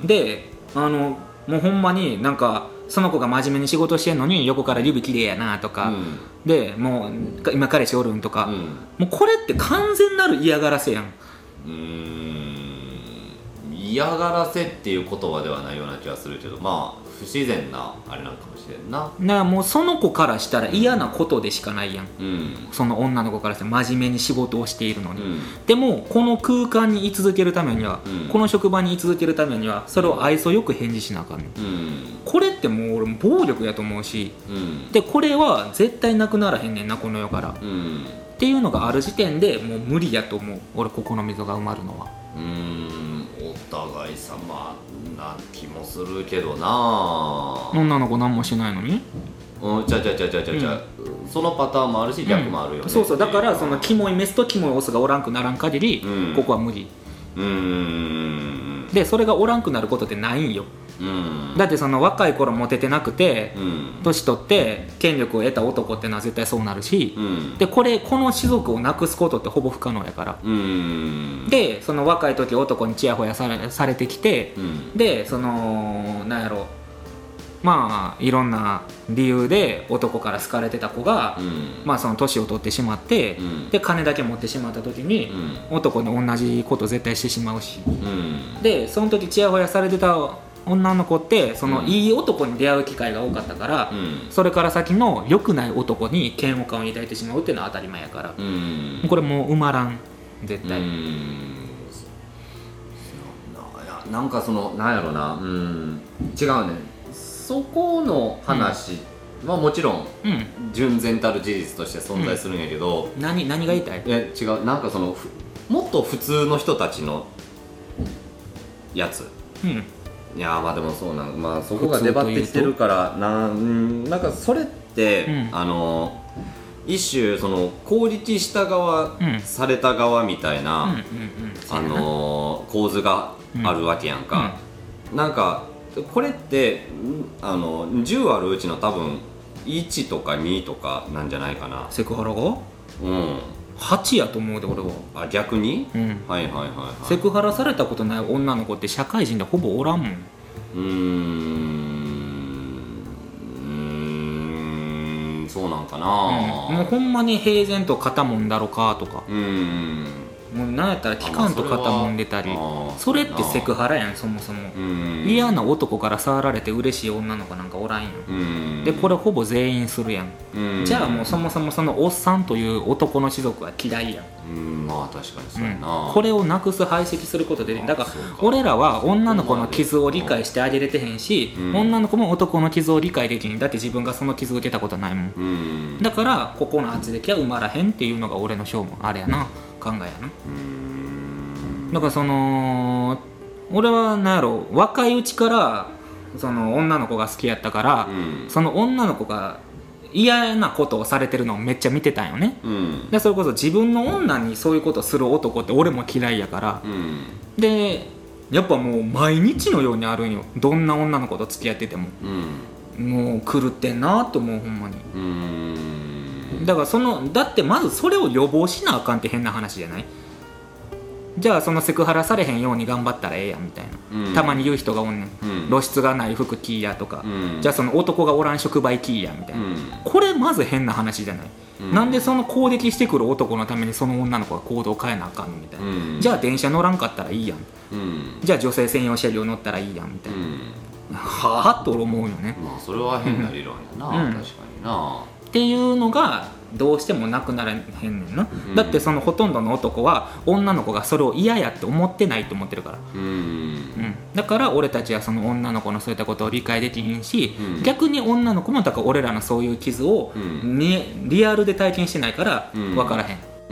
であのもうほんまになんかその子が真面目に仕事してんのに横から指綺麗やなとか、うん、でもう今彼氏おるんとか、うん、もうこれって完全なる嫌がらせやん。うーん嫌がらせっていう言葉ではないような気がするけど、まあ不自然なあれなのかもしれんな。 だからもうその子からしたら嫌なことでしかないやん、うん、その女の子からしたら真面目に仕事をしているのに、うん、でもこの空間に居続けるためには、うん、この職場に居続けるためにはそれを愛想よく返事しなあかんね、うん、これってもう俺も暴力やと思うし、うん、でこれは絶対なくならへんねんなこの世から、うん、っていうのがある時点でもう無理やと思う俺ここの溝が埋まるのは。 うーんお互い様な気もするけどな。 女の子何もしないのにうんちゃちゃちゃちゃちゃちゃ、うん、 そのパターンもあるし逆もあるよね、 うん、そうそうだからそのキモいメスとキモいオスがおらんくならん限り、うん、ここは無理。うーんでそれがおらんくなることってないんよ。うん、だってその若い頃モテてなくて、うん、年取って権力を得た男ってのは絶対そうなるし、うん、でこれこの種族をなくすことってほぼ不可能やから、うん、でその若い時男にチヤホヤされ、されてきて、うん、でそのなんやろまあいろんな理由で男から好かれてた子が、うん、まあその年を取ってしまって、うん、で金だけ持ってしまった時に、うん、男に同じこと絶対してしまうし、うん、でその時チヤホヤされてた女の子ってそのいい男に出会う機会が多かったから、うん、それから先の良くない男に嫌悪感を抱いてしまうっていうのは当たり前やから、うん、これもう埋まらん絶対。うんなんかそのなんやろな、うん、違うねそこの話、うん、まあもちろん、うん、純然たる事実として存在するんやけど、 うん、何, 何が言いたい？ え違うなんかそのもっと普通の人たちのやつ、うんいやまあでもそうなん、まあ、そこが出張ってきてるからな ん, なんかそれって、うん、あの一種その攻撃した側、うん、された側みたいな、うんうんうん、あの構図があるわけやんか、うん、なんかこれってあのじゅうあるうちの多分いちとかにとかなんじゃないかな。 セクハラが？ うんはちやと思うで俺は。 あ逆に、 うん、 はいはいはい、はい、 セクハラされたことない女の子って社会人でほぼおらんもん。 うーんうーんそうなんかな、 うん、もうほんまに平然と肩もんだろかとか、うーんもうなんやったら期間と肩もんでたり、それってセクハラやんそもそも。嫌な男から触られて嬉しい女の子なんかおらんよ。でこれほぼ全員するやん。じゃあもうそもそもそのおっさんという男の種族は嫌いやん。 うんまあ確かにそうやな、 うん、これをなくす排斥することでだから俺らは女の子の傷を理解してあげれてへんし、うん、女の子も男の傷を理解できん。だって自分がその傷を受けたことないもん、うん、だからここの圧力は埋まらへんっていうのが俺の勝負あれやな考えやな。うんだからその俺はなんやろ若いうちからその女の子が好きやったから、うん、その女の子が嫌なことをされてるのをめっちゃ見てたんよね、うん、でそれこそ自分の女にそういうことする男って俺も嫌いやから、うん、でやっぱもう毎日のようにあるんよどんな女の子と付き合ってても、うん、もう狂ってんなと思うほんまに。うんだからそのだってまずそれを予防しなあかんって変な話じゃない？じゃあそのセクハラされへんように頑張ったらええやんみたいな、うん、たまに言う人がおんねん、うん、露出がない服着いやとか、うん、じゃあその男がおらん職場行きいやみたいな、うん、これまず変な話じゃない、うん、なんでその攻撃してくる男のためにその女の子が行動を変えなあかんのみたいな、うん、じゃあ電車乗らんかったらいいやん、うん、じゃあ女性専用車両乗ったらいいやんみたいな、うん、はぁと思うよね。 まあそれは変な理論やな、うん、確かになっていうのがどうしてもなくならへんねんな、うん、だってそのほとんどの男は女の子がそれを嫌やって思ってないと思ってるから、うんうん、だから俺たちはその女の子のそういったことを理解できひんし、うん、逆に女の子もだから俺らのそういう傷を、うん、リアルで体験してないから分からへん、うん、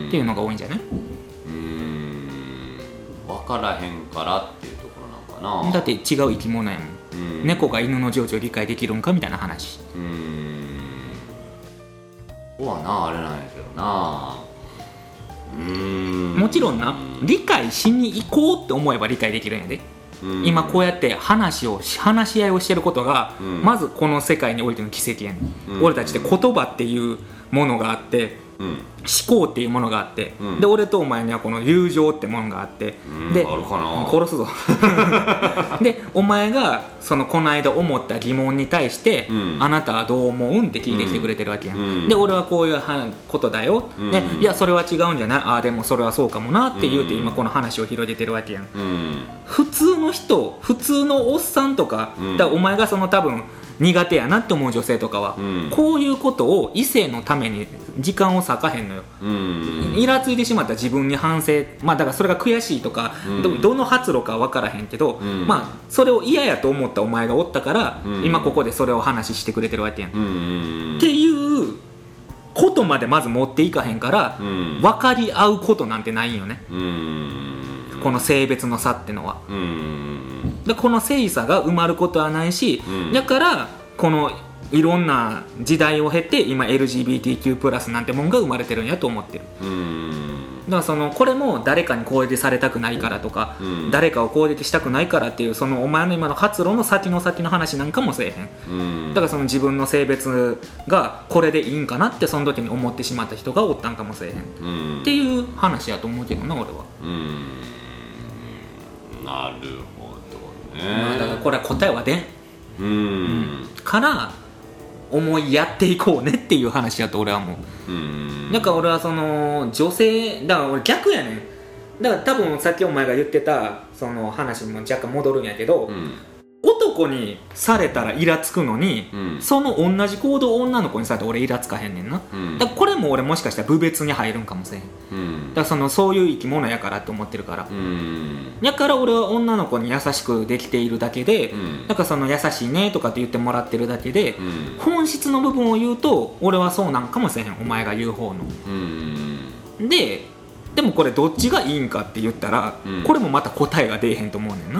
っていうのが多いんじゃない？ うーん分からへんからっていうところなのかな。 だって違う生き物やもん、うん、猫が犬の情緒を理解できるんかみたいな話。うーんここはなあれなんやけどな。うーんもちろんな理解しに行こうって思えば理解できるんやで。今こうやって話を話し合いをしてることが、うん、まずこの世界においての奇跡やねん、うん、俺たちって言葉っていうものがあって、うん、思考っていうものがあって、うん、で俺とお前にはこの友情ってものがあって、うん、であるかな殺すぞでお前がそのこの間思った疑問に対して、うん、あなたはどう思うんって聞いてきてくれてるわけやん、うん、で俺はこういうことだよ、うん、でいやそれは違うんじゃないああでもそれはそうかもなって言うて今この話を広げてるわけやん、うん、普通の人普通のおっさんとか、うん、だからお前がその多分苦手やなって思う女性とかは、うん、こういうことを異性のために時間を割かへんのよ、うん、イラついてしまった自分に反省、まあだからそれが悔しいとか、うん、ど, どの発露か分からへんけど、うん、まあそれを嫌やと思ったお前がおったから、うん、今ここでそれを話してくれてるわけやん、うん、っていうことまでまず持っていかへんから、うん、分かり合うことなんてないんよね、うん、この性別の差ってのは、うん、でこの性差が埋まることはないし、うん、だからこのいろんな時代を経て今 エルジービーティーキュー プラスなんてもんが生まれてるんやと思ってる。 うーんだからそのこれも誰かに攻撃されたくないからとか、うん、誰かを攻撃したくないからっていうそのお前の今の発露の先の先の話なんかもせえへん、うん、だからその自分の性別がこれでいいんかなってその時に思ってしまった人がおったんかもせえへん、うん、っていう話やと思うけどな俺は。 うーんなるほどね、 まあ、だからこれは答えは出ん、 うん、うん、 から思いやっていこうねっていう話やと俺は思う。うんだから俺はその女性だから俺逆やねん。だから多分さっきお前が言ってたその話にも若干戻るんやけど、うん、男にされたらイラつくのに、うん、その同じ行動を女の子にされたら俺イラつかへんねんな、うん、だからこれも俺もしかしたら部別に入るんかもしれん、うん、だからそのそういう生き物やからって思ってるから、うん、だから俺は女の子に優しくできているだけで、うん、だからその優しいねとかって言ってもらってるだけで、うん、本質の部分を言うと俺はそうなんかもしれへんお前が言う方の、うん、ででもこれどっちがいいんかって言ったら、うん、これもまた答えが出えへんと思うねんな、うん、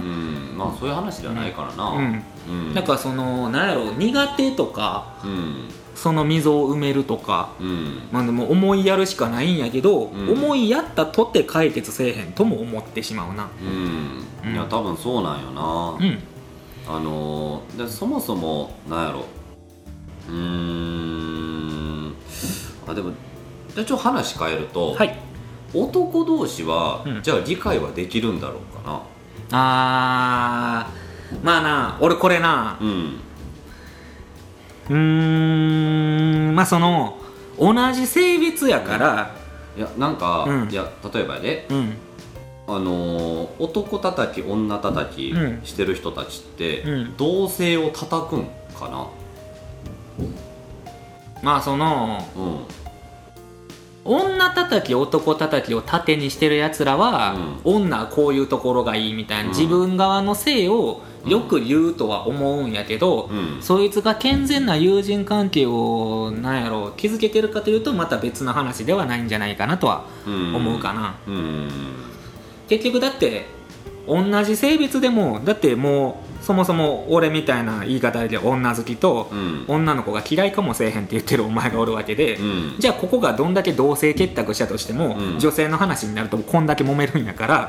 まあそういう話じゃないからな、 うんうん、だからそのなんやろ苦手とか、うん、その溝を埋めるとか、うん、まあでも思いやるしかないんやけど、うん、思いやったとって解決せえへんとも思ってしまうな、 うんうん、いや多分そうなんよな、うん、あのでそもそもなんやろうーんあでもじゃあちょっと話変えると、はい男同士は、うん、じゃあ理解はできるんだろうかな。 あーまあな俺これなうんうーんまあその同じ性別やから、 うん、いやなんか、うん、いや例えばね、うん、あのー、男叩き女叩きしてる人たちって、うん、同性を叩くんかな。 まあその、うん女叩き男叩きを盾にしてるやつらは、うん、女はこういうところがいいみたいな、うん、自分側の性をよく言うとは思うんやけど、うん、そいつが健全な友人関係をなんやろ築けてるかというとまた別の話ではないんじゃないかなとは思うかな、うんうん、結局だって同じ性別でもだってもうそもそも俺みたいな言い方で女好きと、うん、女の子が嫌いかもせえへんって言ってるお前がおるわけで、うん、じゃあここがどんだけ同性結託したとしても、うん、女性の話になるとこんだけ揉めるんやから、うん、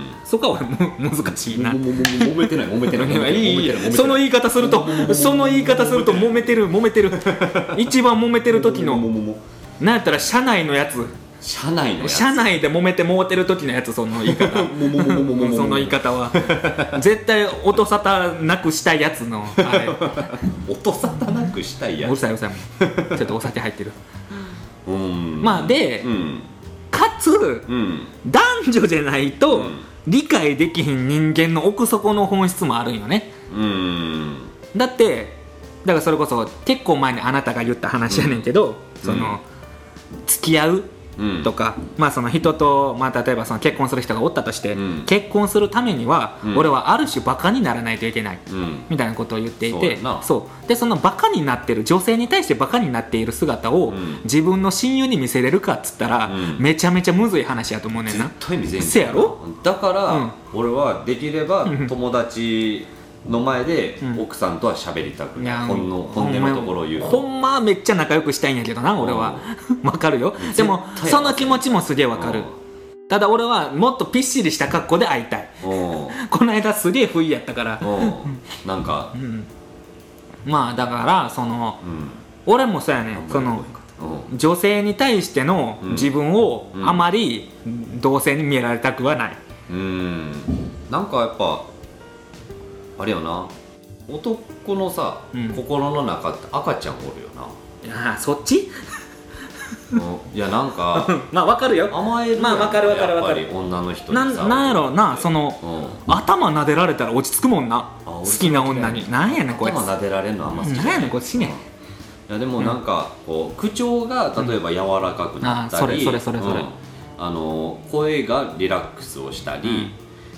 そこは俺難しいな。 揉めてない揉めてないいいその言い方するとその言い方すると揉めてる揉めてる一番揉めてる時のなんやったら社内のやつ社内のやつ社内で揉めて揉てる時のやつその言い方その言い方は絶対音沙汰なくしたいやつのあれ音沙汰なくしたいやつうるさいうるさいちょっとお酒入ってるうんまあで、うん、かつ、うん、男女じゃないと、うん、理解できひん人間の奥底の本質もあるんよねうんだってだからそれこそ結構前にあなたが言った話やねんけど、うん、その付き合うとか、うんまあ、その人と、まあ、例えばその結婚する人がおったとして、うん、結婚するためには、うん、俺はある種バカにならないといけない、うん、みたいなことを言っていて そう, そうでそのバカになってる女性に対してバカになっている姿を、うん、自分の親友に見せれるかっつったら、うん、めちゃめちゃむずい話やと思うねんな。 絶対見せんせやろだから、うん、俺はできれば友達の前で奥さんとは喋りたくない、うん、本の本音のところを言うとほんまはめっちゃ仲良くしたいんやけどな俺はわかるよでもその気持ちもすげえわかるただ俺はもっとぴっしりした格好で会いたいこの間すげえ不意やったからなんか、うん、 まあだからその、うん、俺もそうやねその女性に対しての自分をあまり同性に見られたくはないうんなんかやっぱあれよな男のさ、うん、心の中って赤ちゃんおるよな。いやそっちいやなんかまあわかるよ甘えるやん、 まあ、わかるわかるわかるやっぱり女の人にさな、なんやろうなその、うん、頭撫でられたら落ち着くもんな好きな女になんやねんこいつ頭撫でられるのあんま好きじゃないなんやねんこいつしねん、うん、いやでもなんかこう口調が例えば柔らかくなったり、うん、あそれそれそれそれ、うん、あの声がリラックスをしたり、うん、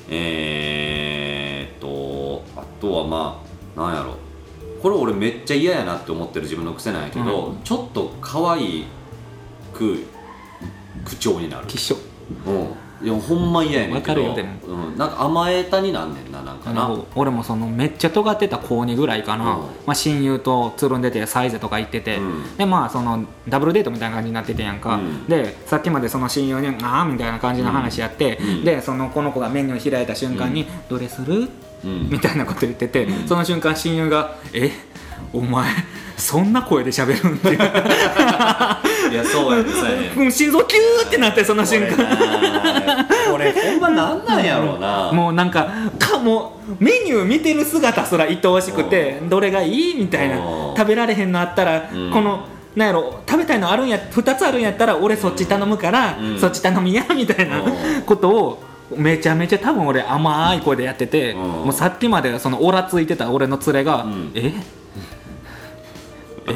えーっとあとはまあなんやろこれ俺めっちゃ嫌やなって思ってる自分の癖なんやけど、うん、ちょっと可愛く口調になるきっしょ、 うん、 いやほんま嫌やねんけど分かるよでも、 うん、なんか甘えたになんねんななんかな。 俺もそのめっちゃ尖ってた高にぐらいかな、うんまあ、親友とつるんでてサイゼとか行ってて、うん、でまあそのダブルデートみたいな感じになっててやんか、うん、でさっきまでその親友にああみたいな感じの話やって、うん、でそのこの子がメニュー開いた瞬間に、うん、どれする、うん、みたいなこと言ってて、うん、その瞬間親友がえお前そんな声で喋るんっていやそうやねそうやね心臓キューってなってその瞬間これほんまなんなんやろうな、 もうなんかかもメニュー見てる姿すら愛おしくてどれがいいみたいな、食べられへんのあったら、うん、このなんやろ食べたいのあるんやふたつあるんやったら俺そっち頼むから、うん、そっち頼みやみたいなことをめちゃめちゃ多分俺甘い声でやってて、うん、もうさっきまでそのオラついてた俺の連れが、うん、ええ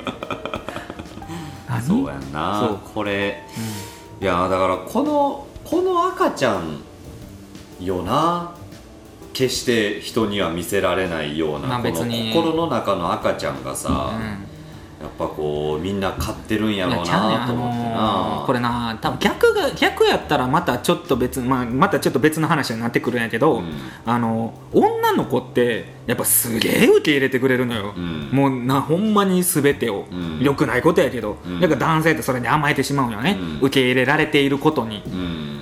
何そうやんなそうこれ、うん、いやだからこのこの赤ちゃんよな決して人には見せられないような、まあ、この心の中の赤ちゃんがさ、うんやっぱこうみんな買ってるんやろうなと思ってな、 あのー、これな多分逆が逆やったらまたちょっと別、まあ、またちょっと別の話になってくるんやけど、うん、あの女の子ってやっぱすげえ受け入れてくれるのよ、うん、もうなほんまに全てを、うん、良くないことやけど、うん、だから男性ってそれに甘えてしまうよね、うん、受け入れられていることに、うん、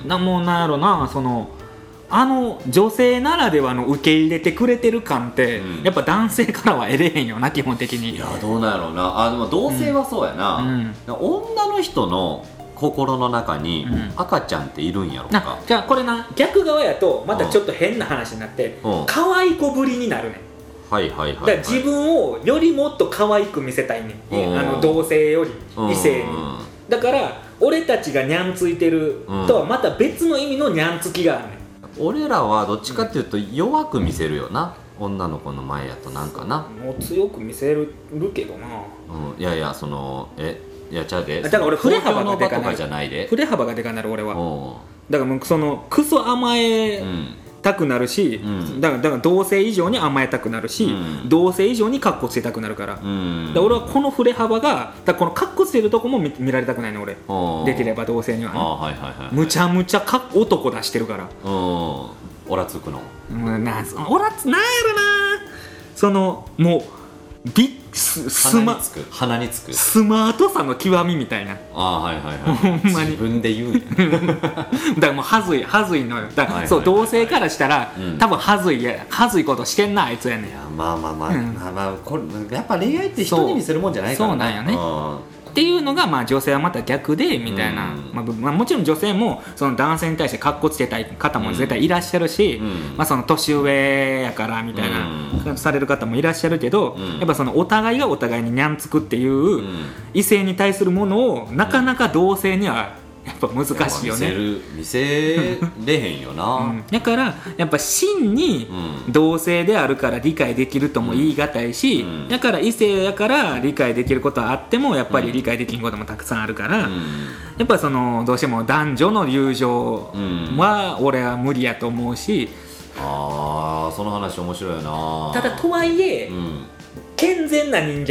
なもうなんやろなそのあの女性ならではの受け入れてくれてる感って、うん、やっぱ男性からは得れへんよな基本的に。 いやどうなんやろうなあでも同性はそうやな、うん、女の人の心の中に赤ちゃんっているんやろうか、 うん、じゃあこれな逆側やとまたちょっと変な話になって、うん、可愛い子ぶりになるねん。 はいはいはい、はい、 だから自分をよりもっと可愛く見せたいねん、あの同性より異性に。だから俺たちがニャンついてるとはまた別の意味のニャンつきがあるねん。 俺らはどっちかっていうと弱く見せるよな、うん、女の子の前やとなんかなもう強く見せるけどな、 うん、いやいやそのえいやちゃうでだから俺振れ幅がでかなるじゃないで振れ幅がでかなる俺はだからもうそのクソ甘え、うんたくなるし、うん、だからだから同性以上に甘えたくなるし、うん、同性以上にカッコつけたくなるから、うん、だから俺はこの振れ幅がだこのカッコつけるとこも 見, 見られたくないの俺できれば同性にはね、はいはいはいはい、むちゃむちゃか男出してるからオラつくの、 うん、なオラつなんやろなそのもうビッススマ鼻につくスマートさの極みみたいなあはいはいはいほんまに自分で言うんやだからもうはずいはずいのよだから、はいはい、そう同性からしたら、うん、多分はずいやはずいことしてんなあいつやねん。いやまあまあまあ、うん、まあまあこれやっぱ恋愛って人に見せるもんじゃないからなそうなんよねっていうのが、まあ、女性はまた逆でみたいな、うんまあまあ、もちろん女性もその男性に対してカッコつけたい方も絶対いらっしゃるし、うんまあ、その年上やからみたいな、うん、される方もいらっしゃるけど、うん、やっぱそのお互いがお互いにニャンつくっていう異性に対するものをなかなか同性にはやっぱ難しいよね。 見せる見せれへんよな、 うん、だからやっぱ真に同性であるから理解できるとも言い難いし、うん、だから異性やから理解できることはあってもやっぱり理解できることもたくさんあるから、うん、やっぱそのどうしても男女の友情は俺は無理やと思うし、 うん、あーその話面白いよな。 ただとはいえ、うん健全な人間って、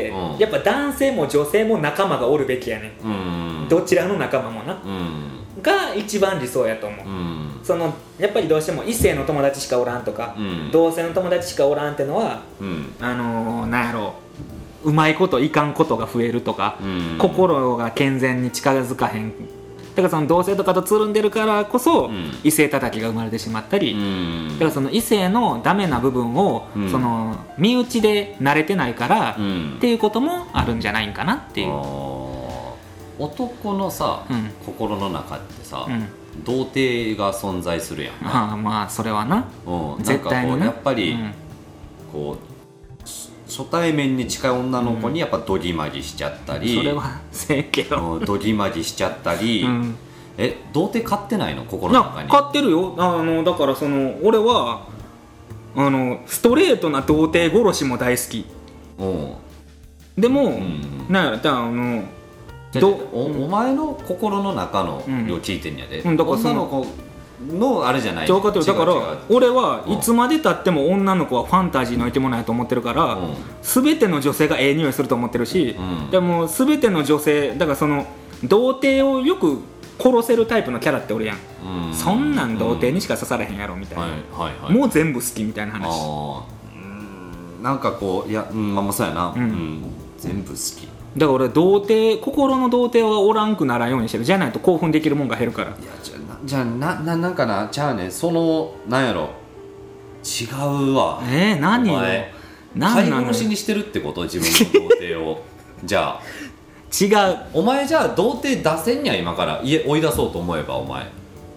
うん、やっぱ男性も女性も仲間がおるべきやね、うん、どちらの仲間もな、うん、が一番理想やと思う、うん、そのやっぱりどうしても異性の友達しかおらんとか、うん、同性の友達しかおらんってのは、うん、あのー、なんやろううまいこといかんことが増えるとか、うん、心が健全に近づかへんだからその同性とかとつるんでるからこそ、うん、異性叩きが生まれてしまったり、うん、だからその異性のダメな部分を、うん、その身内で慣れてないから、うん、っていうこともあるんじゃないんかなっていう。 男のさ、うん、心の中ってさ、うん、童貞が存在するやんな。あまあそれはな、 うん、絶対になやっぱり、うん、こう初対面に近い女の子にやっぱドギマギしちゃったり、 うん、それはせえけどドギマギしちゃったり、うん、え童貞飼ってないの心の中に。 飼ってるよ。あのだからその俺はあのストレートな童貞殺しも大好き。おでも、うん、なんやろだあのど お, お前の心の中の量聞いてんやで、うん、だから女の子のあれじゃない。 だから俺はいつまでたっても女の子はファンタジーの生き物やと思ってるから、うん、全ての女性がええ匂いすると思ってるし、うん、でも全ての女性だからその童貞をよく殺せるタイプのキャラっておるやん、 うん、 そんなん童貞にしか刺されへんやろみたいな、はいはいはい、もう全部好きみたいな話。 あうんなんかこういや、うん、まあまあそうやな、うんうん、全部好きだから俺童貞心の童貞はおらんくならんようにしてる。じゃないと興奮できるもんが減るから。いやじゃあじゃあなななんかなじゃあねそのなんやろ違うわえー、何を飼い殺しにしてるってこと自分の童貞をじゃあ違うお前じゃあ童貞出せんにゃ今から家追い出そうと思えばお前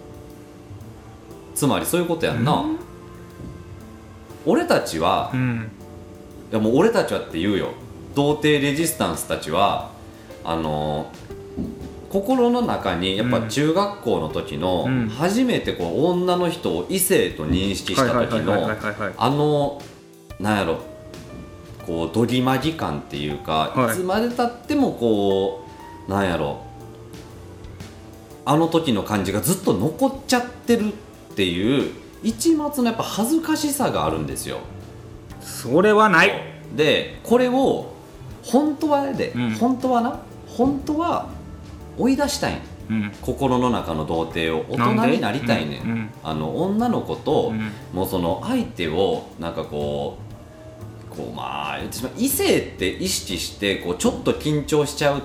つまりそういうことやんな、うん、俺たちは、うん、いやもう俺たちはって言うよ童貞レジスタンスたちはあの心の中にやっぱ中学校の時の初めてこう女の人を異性と認識した時のあのなんやろこうドギマギ感っていうか、はい、いつまでたってもこうなんやろあの時の感じがずっと残っちゃってるっていう一末のやっぱ恥ずかしさがあるんですよ。 それはないでこれを本当はで、うん、本当はな本当は追い出したいん、うん、心の中の童貞を大人になりたいねん、うんうん、あの女の子と、うん、もうその相手をなんかこうこうまあ異性って意識してこうちょっと緊張しちゃうって、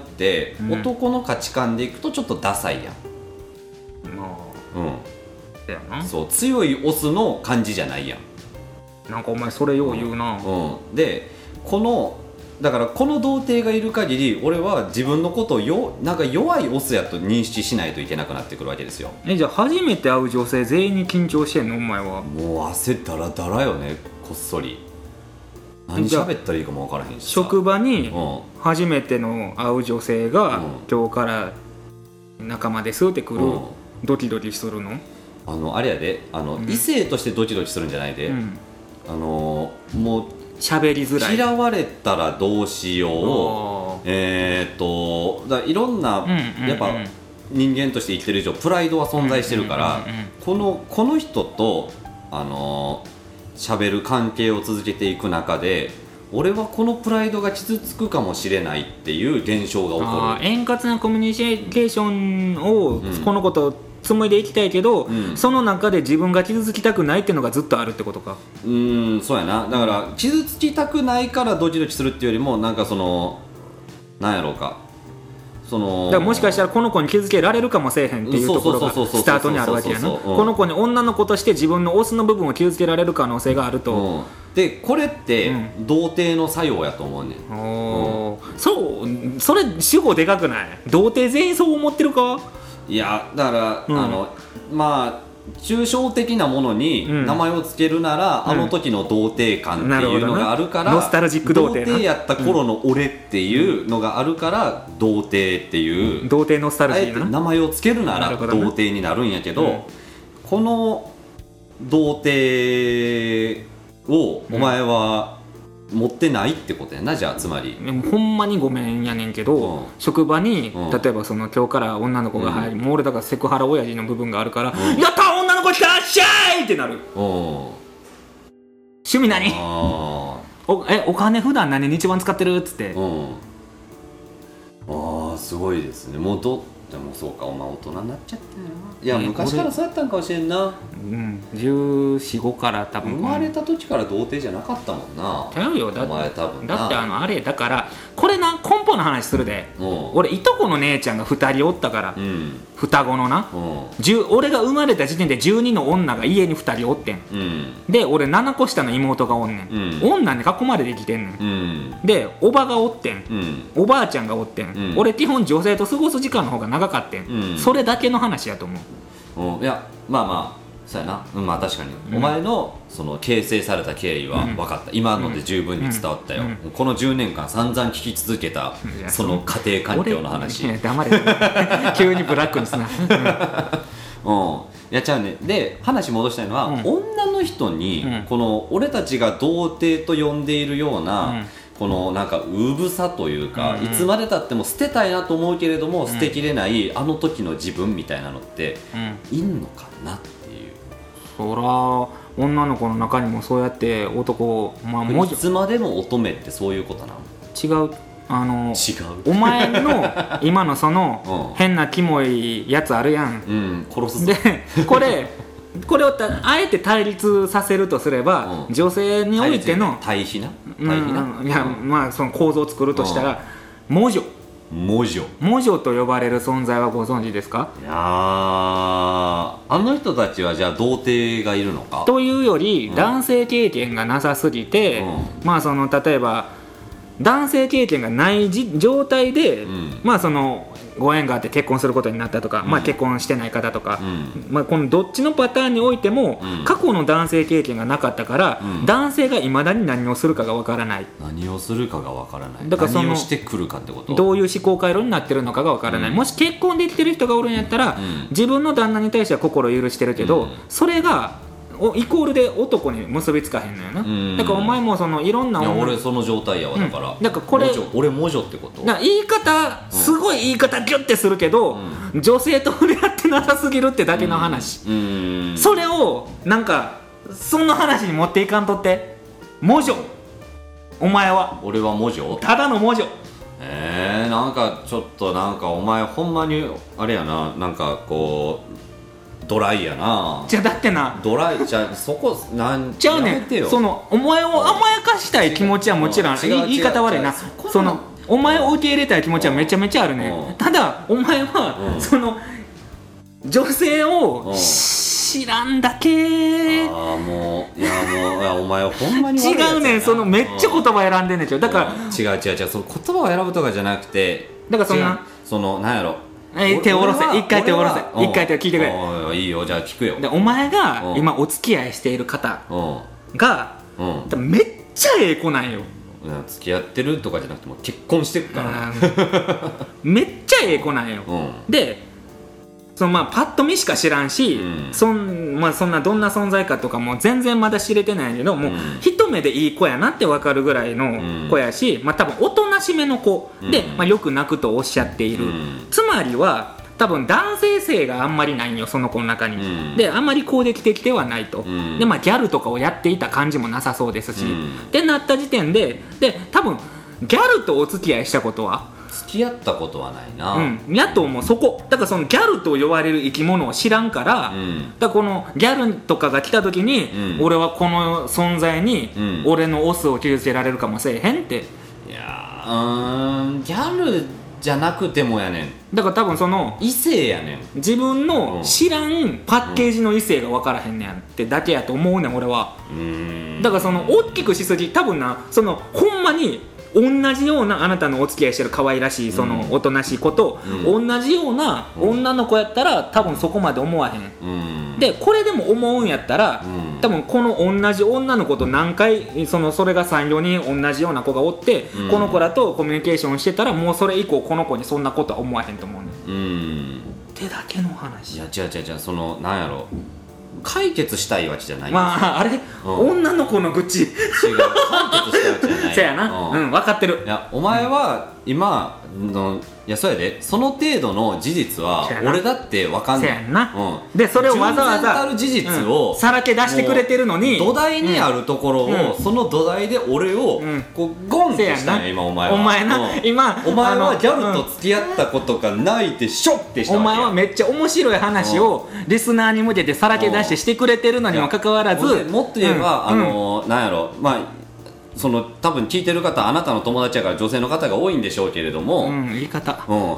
うん、男の価値観でいくとちょっとダサいやん、うん、やなそう強いオスの感じじゃないやん。 なんかお前それよう言うな、 うんうん、でこのだからこの童貞がいる限り俺は自分のことをよなんか弱いオスやと認識しないといけなくなってくるわけですよ。 えじゃあ初めて会う女性全員に緊張してんのお前は。 もう汗だらだらよねこっそり何喋ったらいいかも分からへんしさ職場に初めての会う女性が、うん、今日から仲間ですって来る、うん、ドキドキするのあのあれやであの、うん、異性としてドキドキするんじゃないで、うん、あのもう喋りづらい嫌われたらどうしようえー、っとだいろんな、うんうんうん、やっぱ人間として生きてる以上プライドは存在してるから、うんうんうんうん、このこの人とあの喋る関係を続けていく中で俺はこのプライドが傷つくかもしれないっていう現象が起こる。 円滑なコミュニケーションを、うん、このことを紡いでいきたいけど、うん、その中で自分が傷つきたくないっていうのがずっとあるってことか。 うーんそうやなだから傷つきたくないからドキドキするっていうよりもなんかそのなんやろうかそのだからもしかしたらこの子に気づけられるかもしれへんっていうところがスタートにあるわけやな。この子に女の子として自分のオスの部分を傷つけられる可能性があると、うん、 でこれって童貞の作用やと思うねん、 うん、そうそれ主語でかくない？童貞全員そう思ってるか？ いやだから、うん、あのまあ抽象的なものに名前を付けるなら、うん、あの時の童貞感っていうのがあるから、 ノスタルジック童貞童貞やった頃の俺っていうのがあるから、うん、童貞っていう、 うん、童貞ノスタルジーなあえて名前を付けるなら童貞になるんやけど、うん、この童貞をお前は持ってないってことやな。じゃあつまりほんまにごめんやねんけど、うん、職場に、うん、例えばその今日から女の子が入り、うん、もう俺だからセクハラ親父の部分があるから、うん、やった女の子来たっしゃいってなる、うん、趣味何おえお金普段何に一番使ってるっつって、うん、 ああすごいですね。もうどでもそうかお前大人になっちゃったよな。いや、ね、昔からそうやったんかもしれんな。 うんじゅうよん、ごから多分生まれた時から童貞じゃなかったもんな。 ちゃうよだってお前多分な。 だってあのあれだからこれな根本の話するで、うん、俺いとこの姉ちゃんがふたりおったから、うん、双子のな、うん、俺が生まれた時点でじゅうにの女が家にふたりおってん、うん、で俺ななこ下の妹がおんねん、うん、女に囲まれてきてんねん、うん、でおばがおってん、うん、おばあちゃんがおってん、うん、俺基本女性と過ごす時間の方が長かってん、うん、それだけの話やと思う、うん、いやまあまあそうやな、うん、まあ確かに、うん、お前のその形成された経緯は分かった、うん、今ので十分に伝わったよ、うんうん、このじゅうねんかん散々聞き続けたその家庭環境の話。 いや黙れ急にブラックにすなうん、やっちゃうね。で話戻したいのは、うん、女の人に、うん、この俺たちが童貞と呼んでいるような、うん、このなんかうぶさというか、うん、いつまでたっても捨てたいなと思うけれども、うん、捨てきれないあの時の自分みたいなのって、うん、いんのかなっていう。 そら女の子の中にもそうやって男を、まあ、 いつまでも乙女ってそういうことなの？ 違うあの違うお前の今のその変なキモいやつあるやん、 うん、殺すぞでこれこれをたあえて対立させるとすれば、うん、女性においての対比な対比な、 うん、いや、まあその構造を作るとしたら、うん、魔女魔女魔女と呼ばれる存在はご存知ですか？ いやあの人たちはじゃあ童貞がいるのかというより、うん、男性経験がなさすぎて、うん、まあその例えば男性経験がない状態で、うん、まあそのご縁があって結婚することになったとか、うん、まあ結婚してない方とか、うん、まあこのどっちのパターンにおいても、うん、過去の男性経験がなかったから、うん、男性がいまだに何をするかがわからない。 何をするかがわからない。だからその何をしてくるかってこと。 どういう思考回路になってるのかがわからない。うん、もし結婚できてる人がおるんやったら、うん、自分の旦那に対しては心を許してるけど、うん、それがイコールで男に結びつかへんのよな。だからお前もそのいろんな、 いや俺その状態やわ、だから、 うん、だからこれ俺魔女ってこと。 だから言い方すごい言い方ギュッてするけど、うん、女性と触れ合ってなさすぎるってだけの話、うんうん、それをなんかその話に持っていかんとって。魔女お前は。 俺は魔女。 ただの魔女。 えー、なんかちょっとなんかお前ほんまにあれやな、なんかこうドライやな。 じゃあだってなドライじゃあそこなんちゃうねん。そのお前を甘やかしたい気持ちはもちろん、言い方悪いな、そのお前を受け入れたい気持ちはめちゃめちゃあるね。ただお前はその女性を知らんだけ。 ああもういやもういやお前はほんまに悪いやつやな。 違うねん、そのめっちゃ言葉選んでんねんちゃう。だから違う違う違う、その言葉を選ぶとかじゃなくて、 だからそんなそのなんやろ、 え手を下ろせ、一回手を下ろせ、一回手を聞いてくれ。 いいよ、じゃあ聞くよ。 でお前が今お付き合いしている方がめっちゃええ子なんよ。 付き合ってるとかじゃなくても結婚してるからめっちゃええ子なんよ、うん、でそのまあパッと見しか知らんし、うん、そんまあ、そんなどんな存在かとかも全然まだ知れてないけど、もう一目でいい子やなって分かるぐらいの子やし、まあ、多分おとなしめの子で、まあ、よく泣くとおっしゃっている、うん、つまりは多分男性性があんまりないんよ、その子の中に、うん、であんまり攻撃的ではないと、うん、でまあギャルとかをやっていた感じもなさそうですし、うん、ってなった時点でで多分ギャルとお付き合いしたことは付き合ったことはないな、 うん、やと思う。そこだからそのギャルと呼ばれる生き物を知らんから、うん、だからこのギャルとかが来た時に、うん、俺はこの存在に俺のオスを傷つけられるかもしれへんって。 いやうーんギャルじゃなくてもやねん。 だから多分その異性やねん。 自分の知らんパッケージの異性が分からへんねんってだけやと思うねん俺は。うーんだからその大きくしすぎ、多分なそのほんまに同じようなあなたのお付き合いしてる可愛らしいそのおとなしい子と、うん、同じような女の子やったら多分そこまで思わへん、うん、でこれでも思うんやったら、うん、多分この同じ女の子と何回そのそれが さんよにん同じような子がおって、うん、この子らとコミュニケーションしてたらもうそれ以降この子にそんなことは思わへんと思うね、うん、ってだけの話。 いや違う違う違う、そのなんやろ解決したいわけじゃない。 まああれ、うん、女の子の愚痴違う解決したいわけじゃないせやな、うん、うん、分かってる。 いやお前は今のいやそうやで、その程度の事実は俺だって分かんない。 せやな、うん、でそれをわざわざたる事実を、 うん、さらけ出してくれてるのに土台にあるところを、うん、その土台で俺を、うん、こうゴンってしたんや今お前は。 お前な、うん、今お前はギャルと付き合ったことがないってショッてしたわけ。 お前はめっちゃ面白い話をリスナーに向けてさらけ出してしてくれてるのにもかかわらず、 もっと言えば、うん、あのー、なんやろまあその多分聞いてる方あなたの友達やから女性の方が多いんでしょうけれども、 うん、言い方、 うんうんうん、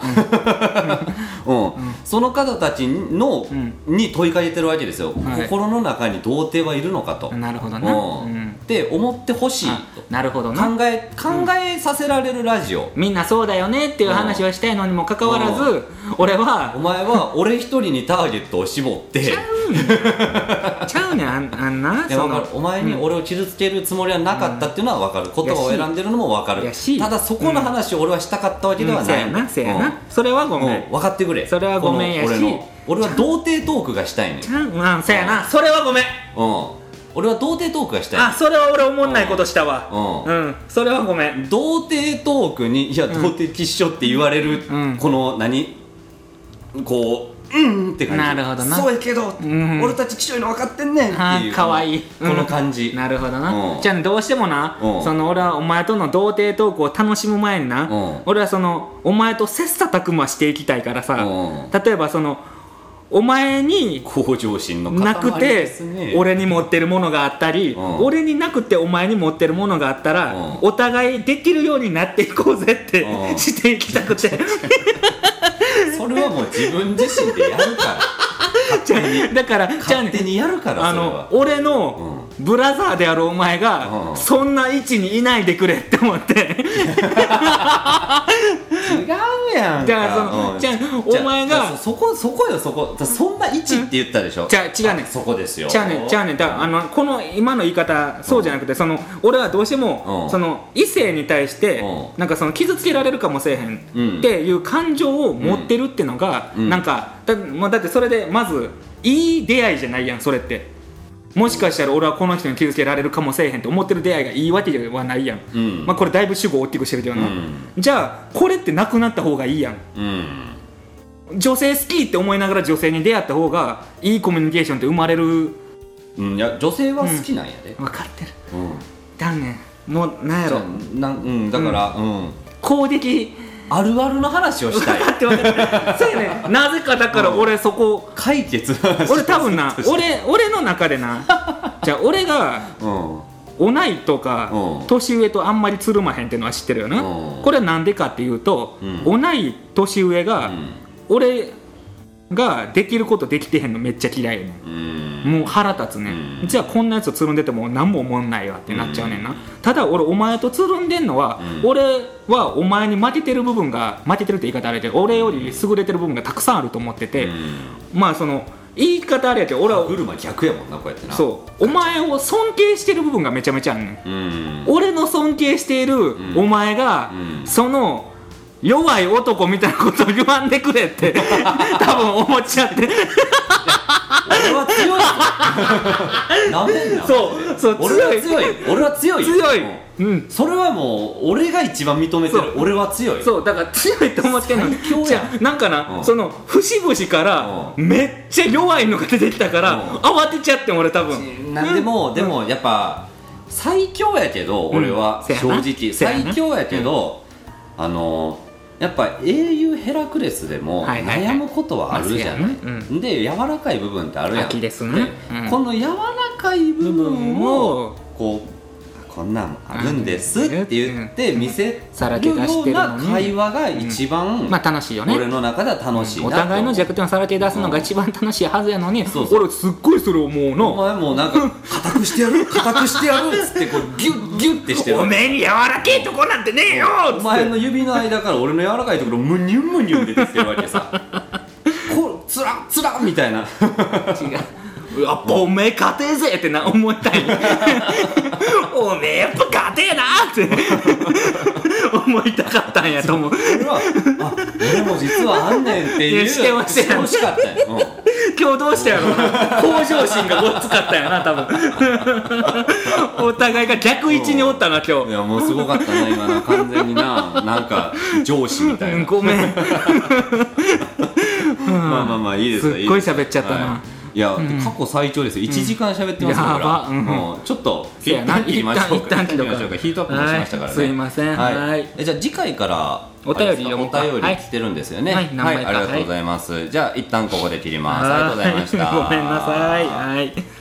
その方たちの、うん、に問いかけてるわけですよ、はい、心の中に童貞はいるのかと。 なるほどな、うんうん、 って思ってほしいと。 なるほどな。 考え考えさせられるラジオ、うん、 みんなそうだよねっていう話はしたいのにもかかわらず、うん、俺はお前は俺一人にターゲットを絞ってちゃうねんちゃうねん あ, あんなそのお前に俺を傷つけるつもりはなかったっていうのは分かる、言葉を選んでるのも分かる。ただそこの話を俺はしたかったわけではない、 うんうん、せやなせやな、うん、それはごめん、 うん、分かってくれ。 それはごめんやし、 俺の俺は童貞トークがしたいねん。 ちゃう、うん、せやな、それはごめん、 うん、俺は童貞トークがしたい。 あ、それは俺思んないことしたわ、うん、うん、それはごめん。 童貞トークにいや童貞きっしょって言われる、うん、この何こううんって感じ。 なるほどな。 そうやけど、うん、俺たちきしょいの分かってんねんっていう、 かわいいこの感じ、 うん、なるほどな、うん、じゃあどうしてもな、うん、その俺はお前との童貞トークを楽しむ前にな、うん、俺はそのお前と切磋琢磨していきたいからさ、うん、例えばそのお前に向上心のなくて俺に持ってるものがあったり、うん、俺になくてお前に持ってるものがあったら、うん、お互いできるようになっていこうぜって、うん、していきたくてそれはもう自分自身でやるから勝手にだから勝手にやるからあの俺のブラザーであるお前が、うん、そんな位置にいないでくれって思って違うやんか。 じゃあその、うん、じゃあお前がそこそこよそこそんな位置って言ったでしょ、うん、 じゃあ違うねそこですよ。 じゃあねじゃあねだあのこの今の言い方そうじゃなくて、うん、その俺はどうしても、うん、その異性に対して、うん、なんかその傷つけられるかもしれへんっていう感情を持ってるっていうのが、うん、なんか だ, まあ、だってそれでまずいい出会いじゃないやんそれって。もしかしたら俺はこの人に傷つけられるかもしれへんと思ってる出会いがいいわけではないやん、うん、まあ、これだいぶ主語を大きくしてるけどな、うん、じゃあこれってなくなった方がいいやん、うん、女性好きって思いながら女性に出会った方がいいコミュニケーションって生まれる、 うん、いや女性は好きなんやで、 うん、分かってる、うん、だねもうなんやろな、うん、だから、うんうん、 攻撃あるあるの話をしたい分かって分かってそうやねなぜかだから俺そこ、 うん、解決俺多分な俺, 俺の中でなじゃあ俺が、うん、同いとか、うん、年上とあんまりつるまへんっていうのは知ってるよな、うん、これはなんでかっていうと、うん、同い年上が、うん、俺ができることできてへんのめっちゃ嫌いやねん、うん、もう腹立つね、うん、じゃあこんなやつとつるんでても何も思んないわってなっちゃうねんな、うん、ただ俺お前とつるんでんのは、うん、俺はお前に負けてる部分が負けてるって言い方あれやけど俺より優れてる部分がたくさんあると思ってて、うん、まあその言い方あれやけど俺は車逆やもんなこうやってな。 そうお前を尊敬してる部分がめちゃめちゃあるねん、うん、俺の尊敬しているお前が、うん、その弱い男みたいなことを言わんでくれって多分思っちゃって俺は強いなめんなそうそう俺は強い俺は強い強い、 うん、それはもう俺が一番認めてる。俺は強いそうだから強いと思ってんのじゃあなんかな、うん、その節々からめっちゃ弱いのが出てきたから、うん、慌てちゃって俺多分なんでも、うん、でもやっぱ最強やけど俺は正直、うん、最強やけど、うん、あのやっぱ英雄ヘラクレスでも悩むことはあるじゃない、はいはいはい、うん、で柔らかい部分ってあるやんです、ね、 うん、この柔らかい部分をこうこんなんあるんですって言って見せるような会話が一番まあ楽しいよね。 俺の中では楽しいなと、 お互いの弱点をさらけ出すのが一番楽しいはずやのに、俺すっごいそれ思うの。 お前もうなんか固くしてやる固くしてやるっつってこうギュッギュッってしてる。 おめえに柔らけえとこなんてねえよっつってお前の指の間から俺の柔らかいところムニュンムニュン出てきてるわけさこうつらつらみたいな違うやっぱおめえ勝てえぜってな思いたいおめえやっぱ勝てえなって思いたかったんやと思う。 俺はあ俺も実はあんねんっていうしてましたよ、 欲しかったよ、うん、 今日どうしたやろな向上心がごっつかったやな多分お互いが逆位置におったな今日。 いやもうすごかったな今の完全にななんか上司みたいなごめん、うん、 まあまあまあいいですすっごい喋っちゃったな、はい、 いや、うん、過去最長ですよいちじかん喋ってますから、うんうん、ちょっと一旦切りましょうかヒートアップもしましたからね、はい、 すいません、はいはい、えじゃあ次回からお便り読むかお便り来てるんですよね、はい、はいはい、ありがとうございます、はい、じゃあ一旦ここで切ります、ありがとうございましたごめんなさい、はい。